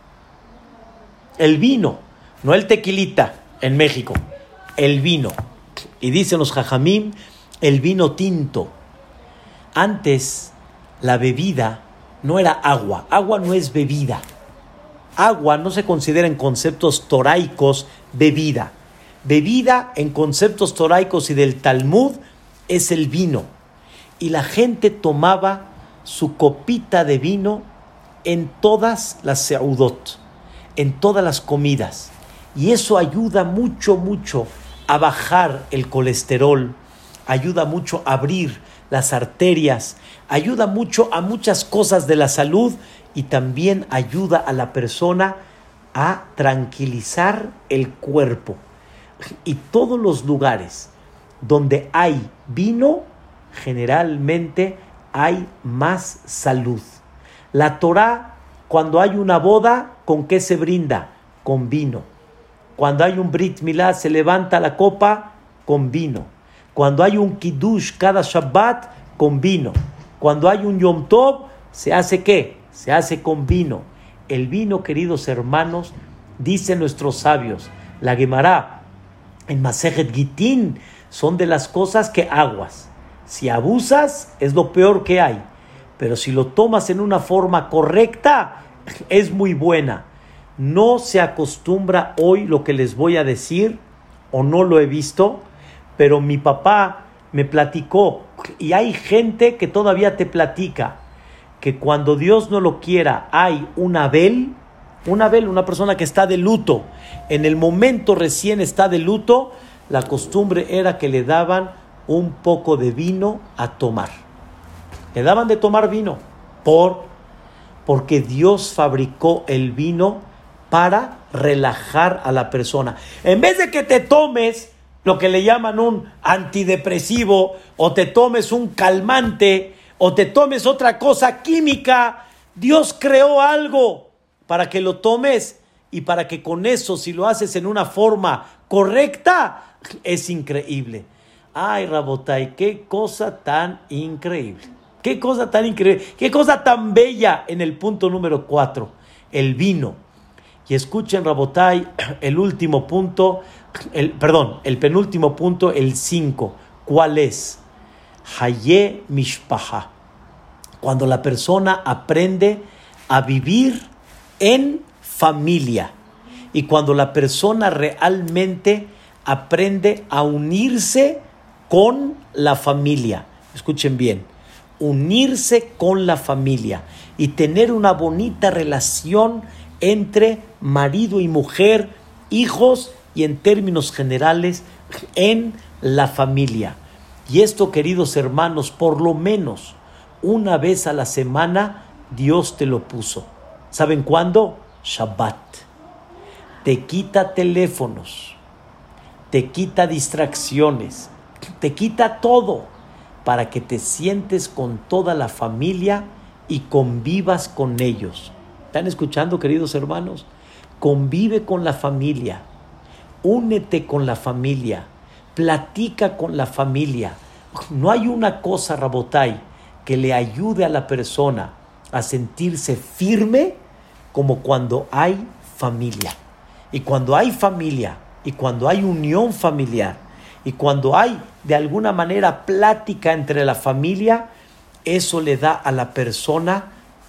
El vino, no el tequilita en México, el vino. Y dicen los jajamim, el vino tinto. Antes la bebida no era agua. Agua no es bebida. Agua no se considera en conceptos toraicos bebida. Bebida en conceptos toraicos y del Talmud es el vino. Y la gente tomaba su copita de vino en todas las seudot, en todas las comidas. Y eso ayuda mucho a bajar el colesterol, ayuda mucho a abrir las arterias, ayuda mucho a muchas cosas de la salud y también ayuda a la persona a tranquilizar el cuerpo. Y todos los lugares donde hay vino, generalmente hay más salud. La Torah, cuando hay una boda, ¿con qué se brinda? Con vino. Cuando hay un Brit Milá, se levanta la copa con vino. Cuando hay un Kiddush cada Shabbat, con vino. Cuando hay un Yom Tov, ¿se hace qué? Se hace con vino. El vino, queridos hermanos, dicen nuestros sabios, la Gemara, en Masejet Gitín, son de las cosas que aguas. Si abusas, es lo peor que hay. Pero si lo tomas en una forma correcta, es muy buena. No se acostumbra hoy lo que les voy a decir, o no lo he visto, pero mi papá me platicó, y hay gente que todavía te platica, que cuando Dios no lo quiera, hay una persona que está de luto, en el momento recién está de luto, la costumbre era que le daban un poco de vino a tomar. Le daban de tomar vino, porque Dios fabricó el vino para relajar a la persona. En vez de que te tomes lo que le llaman un antidepresivo, o te tomes un calmante, o te tomes otra cosa química, Dios creó algo para que lo tomes y para que con eso, si lo haces en una forma correcta, es increíble. Ay, Rabotai, qué cosa tan increíble. Qué cosa tan increíble. Qué cosa tan bella en el punto número 4, el vino. Y escuchen, Rabotai, el último punto, el penúltimo punto, el 5. ¿Cuál es? Haye Mishpaha. Cuando la persona aprende a vivir en familia. Y cuando la persona realmente aprende a unirse con la familia. Escuchen bien. Unirse con la familia y tener una bonita relación entre marido y mujer, hijos y en términos generales en la familia. Y esto, queridos hermanos, por lo menos una vez a la semana Dios te lo puso. ¿Saben cuándo? Shabbat. Te quita teléfonos, te quita distracciones, te quita todo para que te sientes con toda la familia y convivas con ellos. ¿Están escuchando, queridos hermanos? Convive con la familia, únete con la familia, platica con la familia. No hay una cosa, Rabotai, que le ayude a la persona a sentirse firme como cuando hay familia. Y cuando hay familia, y cuando hay unión familiar, y cuando hay de alguna manera plática entre la familia, eso le da a la persona,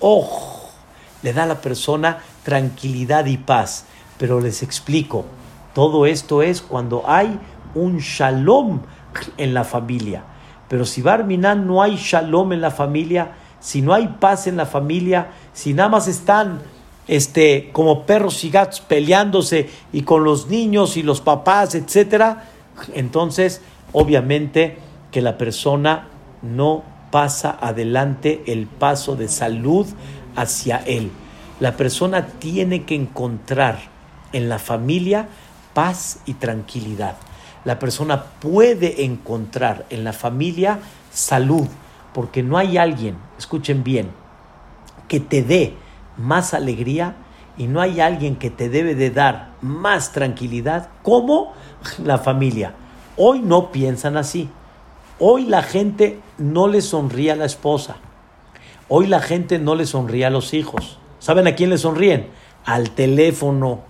le da a la persona tranquilidad y paz. Pero les explico, todo esto es cuando hay un shalom en la familia. Pero si Barminan no hay shalom en la familia, si no hay paz en la familia, si nada más están como perros y gatos peleándose y con los niños y los papás, etcétera, entonces obviamente que la persona no pasa adelante el paso de salud hacia él. La persona tiene que encontrar en la familia paz y tranquilidad. La persona puede encontrar en la familia salud, porque no hay alguien, escuchen bien, que te dé más alegría y no hay alguien que te debe de dar más tranquilidad como la familia. Hoy no piensan así. Hoy la gente no le sonríe a la esposa. Hoy la gente no le sonríe a los hijos. ¿Saben a quién le sonríen? Al teléfono.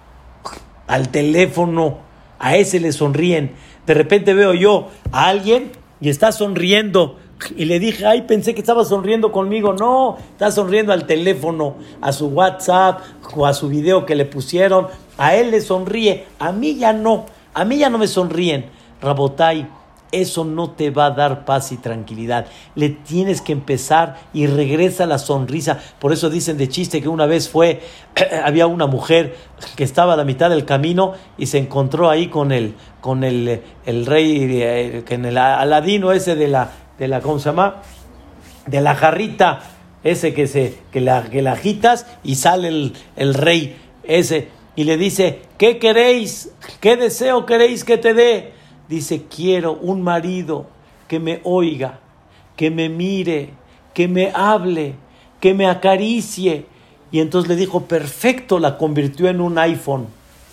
Al teléfono. A ese le sonríen. De repente veo yo a alguien y está sonriendo. Y le dije, ay, pensé que estaba sonriendo conmigo. No, está sonriendo al teléfono, a su WhatsApp o a su video que le pusieron. A él le sonríe, a mí ya no. A mí ya no me sonríen. Rabotai, eso no te va a dar paz y tranquilidad. Le tienes que empezar y regresa la sonrisa. Por eso dicen de chiste que una vez había una mujer que estaba a la mitad del camino y se encontró ahí con el rey, en el Aladino ese de la ¿cómo se llama? De la jarrita, ese que la agitas y sale el rey ese y le dice, ¿qué queréis? ¿Qué deseo queréis que te dé? Dice, quiero un marido que me oiga, que me mire, que me hable, que me acaricie. Y entonces le dijo, perfecto, la convirtió en un iPhone.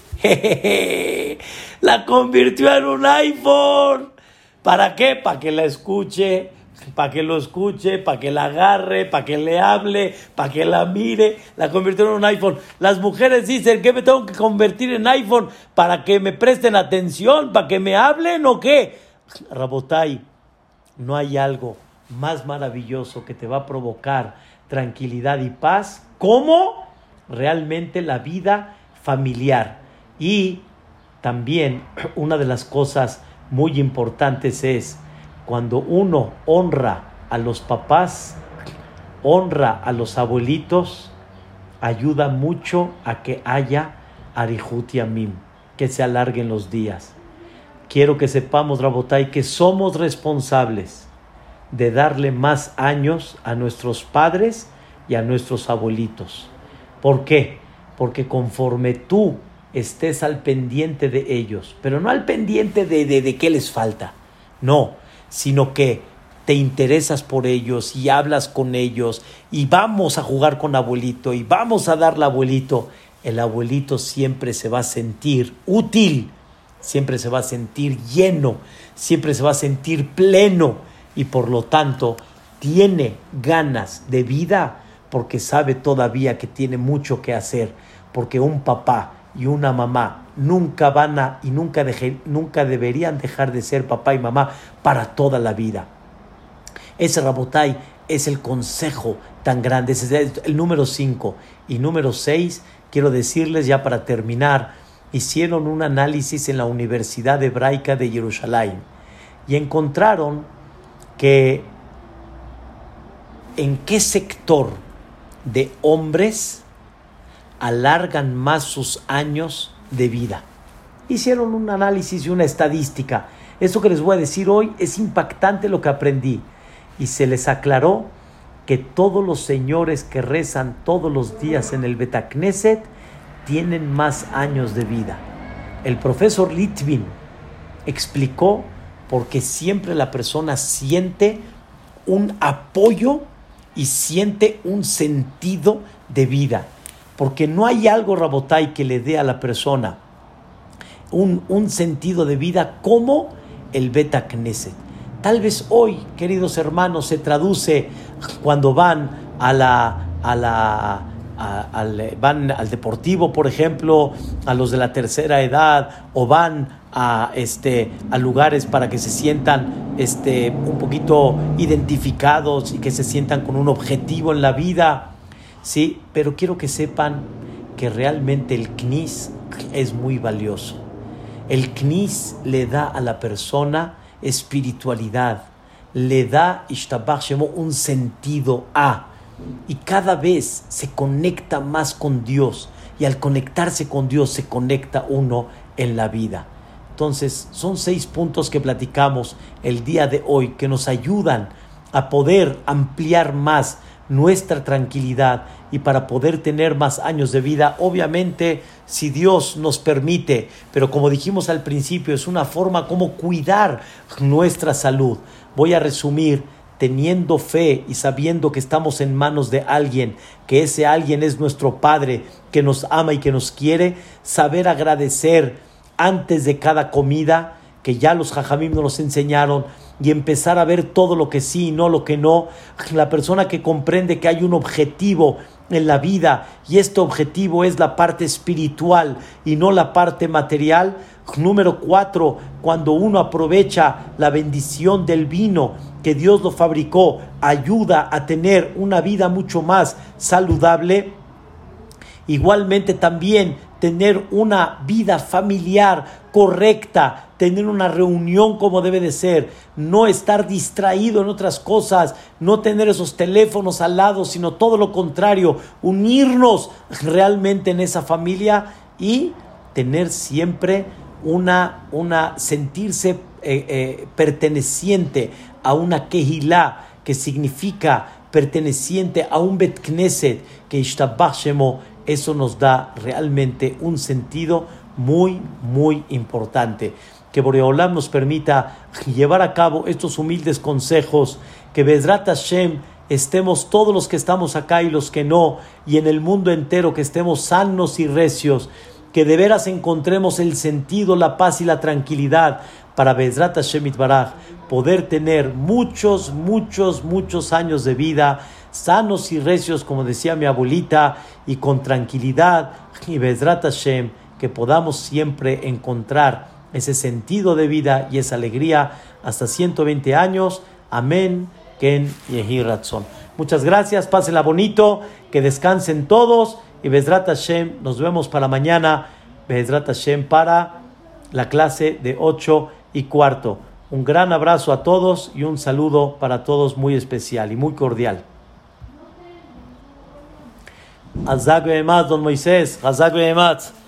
La convirtió en un iPhone. ¿Para qué? Para que la escuche, para que lo escuche, para que la agarre, para que le hable, para que la mire. La convirtió en un iPhone. Las mujeres dicen, ¿qué me tengo que convertir en iPhone? ¿Para que me presten atención? ¿Para que me hablen o qué? Rabotai, no hay algo más maravilloso que te va a provocar tranquilidad y paz. ¿Cómo? realmente la vida familiar. Y también una de las cosas muy importantes es cuando uno honra a los papás, honra a los abuelitos, ayuda mucho a que haya arihut yamim, que se alarguen los días. Quiero que sepamos, Rabotay, que somos responsables de darle más años a nuestros padres y a nuestros abuelitos. ¿Por qué? Porque conforme tú estés al pendiente de ellos, pero no al pendiente de qué les falta, no, sino que te interesas por ellos y hablas con ellos y vamos a jugar con abuelito y vamos a darle a abuelito, el abuelito siempre se va a sentir útil, siempre se va a sentir lleno, siempre se va a sentir pleno y por lo tanto tiene ganas de vida porque sabe todavía que tiene mucho que hacer, porque un papá y una mamá nunca van a y nunca deberían dejar de ser papá y mamá para toda la vida. Ese, Rabotay, es el consejo tan grande, ese es el número 5. Y número 6, quiero decirles ya para terminar, hicieron un análisis en la Universidad Hebraica de Jerusalén y encontraron que en qué sector de hombres alargan más sus años de vida. Hicieron un análisis y una estadística. Esto que les voy a decir hoy es impactante lo que aprendí. Y se les aclaró que todos los señores que rezan todos los días en el Betakneset tienen más años de vida. El profesor Litvin explicó porque siempre la persona siente un apoyo y siente un sentido de vida. Porque no hay algo, Rabotay, que le dé a la persona un sentido de vida como el Betakneset. Tal vez hoy, queridos hermanos, se traduce cuando van van al deportivo, por ejemplo, a los de la tercera edad, o van a lugares para que se sientan un poquito identificados y que se sientan con un objetivo en la vida, ¿sí? Pero quiero que sepan que realmente el Knis es muy valioso. El Knis le da a la persona espiritualidad, le da Ishtabach Shemo un sentido a, y cada vez se conecta más con Dios, y al conectarse con Dios se conecta uno en la vida. Entonces son 6 puntos que platicamos el día de hoy que nos ayudan a poder ampliar más nuestra tranquilidad y para poder tener más años de vida, obviamente si Dios nos permite, pero como dijimos al principio, es una forma como cuidar nuestra salud. Voy a resumir: teniendo fe y sabiendo que estamos en manos de alguien, que ese alguien es nuestro Padre, que nos ama y que nos quiere, saber agradecer antes de cada comida, que ya los jajamim nos enseñaron, y empezar a ver todo lo que sí y no lo que no. La persona que comprende que hay un objetivo en la vida y este objetivo es la parte espiritual y no la parte material. Número 4, cuando uno aprovecha la bendición del vino que Dios lo fabricó, ayuda a tener una vida mucho más saludable. Igualmente también tener una vida familiar correcta, tener una reunión como debe de ser, no estar distraído en otras cosas, no tener esos teléfonos al lado, sino todo lo contrario, unirnos realmente en esa familia y tener siempre sentirse perteneciente a una kehilá, que significa perteneciente a un Bet Knesset, que Ishtabach Shemo. Eso nos da realmente un sentido muy, muy importante. Que Boreolam nos permita llevar a cabo estos humildes consejos, que Bezrat Hashem estemos todos los que estamos acá y los que no, y en el mundo entero que estemos sanos y recios, que de veras encontremos el sentido, la paz y la tranquilidad para Bezrat Hashem Itbaraj poder tener muchos, muchos, muchos años de vida, sanos y recios, como decía mi abuelita, y con tranquilidad, y Bezrat Hashem, que podamos siempre encontrar ese sentido de vida y esa alegría hasta 120 años. Amén, Ken Yehi Ratzon. Muchas gracias, pásenla bonito, que descansen todos y Bezrat Hashem nos vemos para mañana, Bezrat Hashem, para la clase de 8:15. Un gran abrazo a todos y un saludo para todos muy especial y muy cordial. Hazak ve'ematz, don Moisés, Hazak ve'ematz.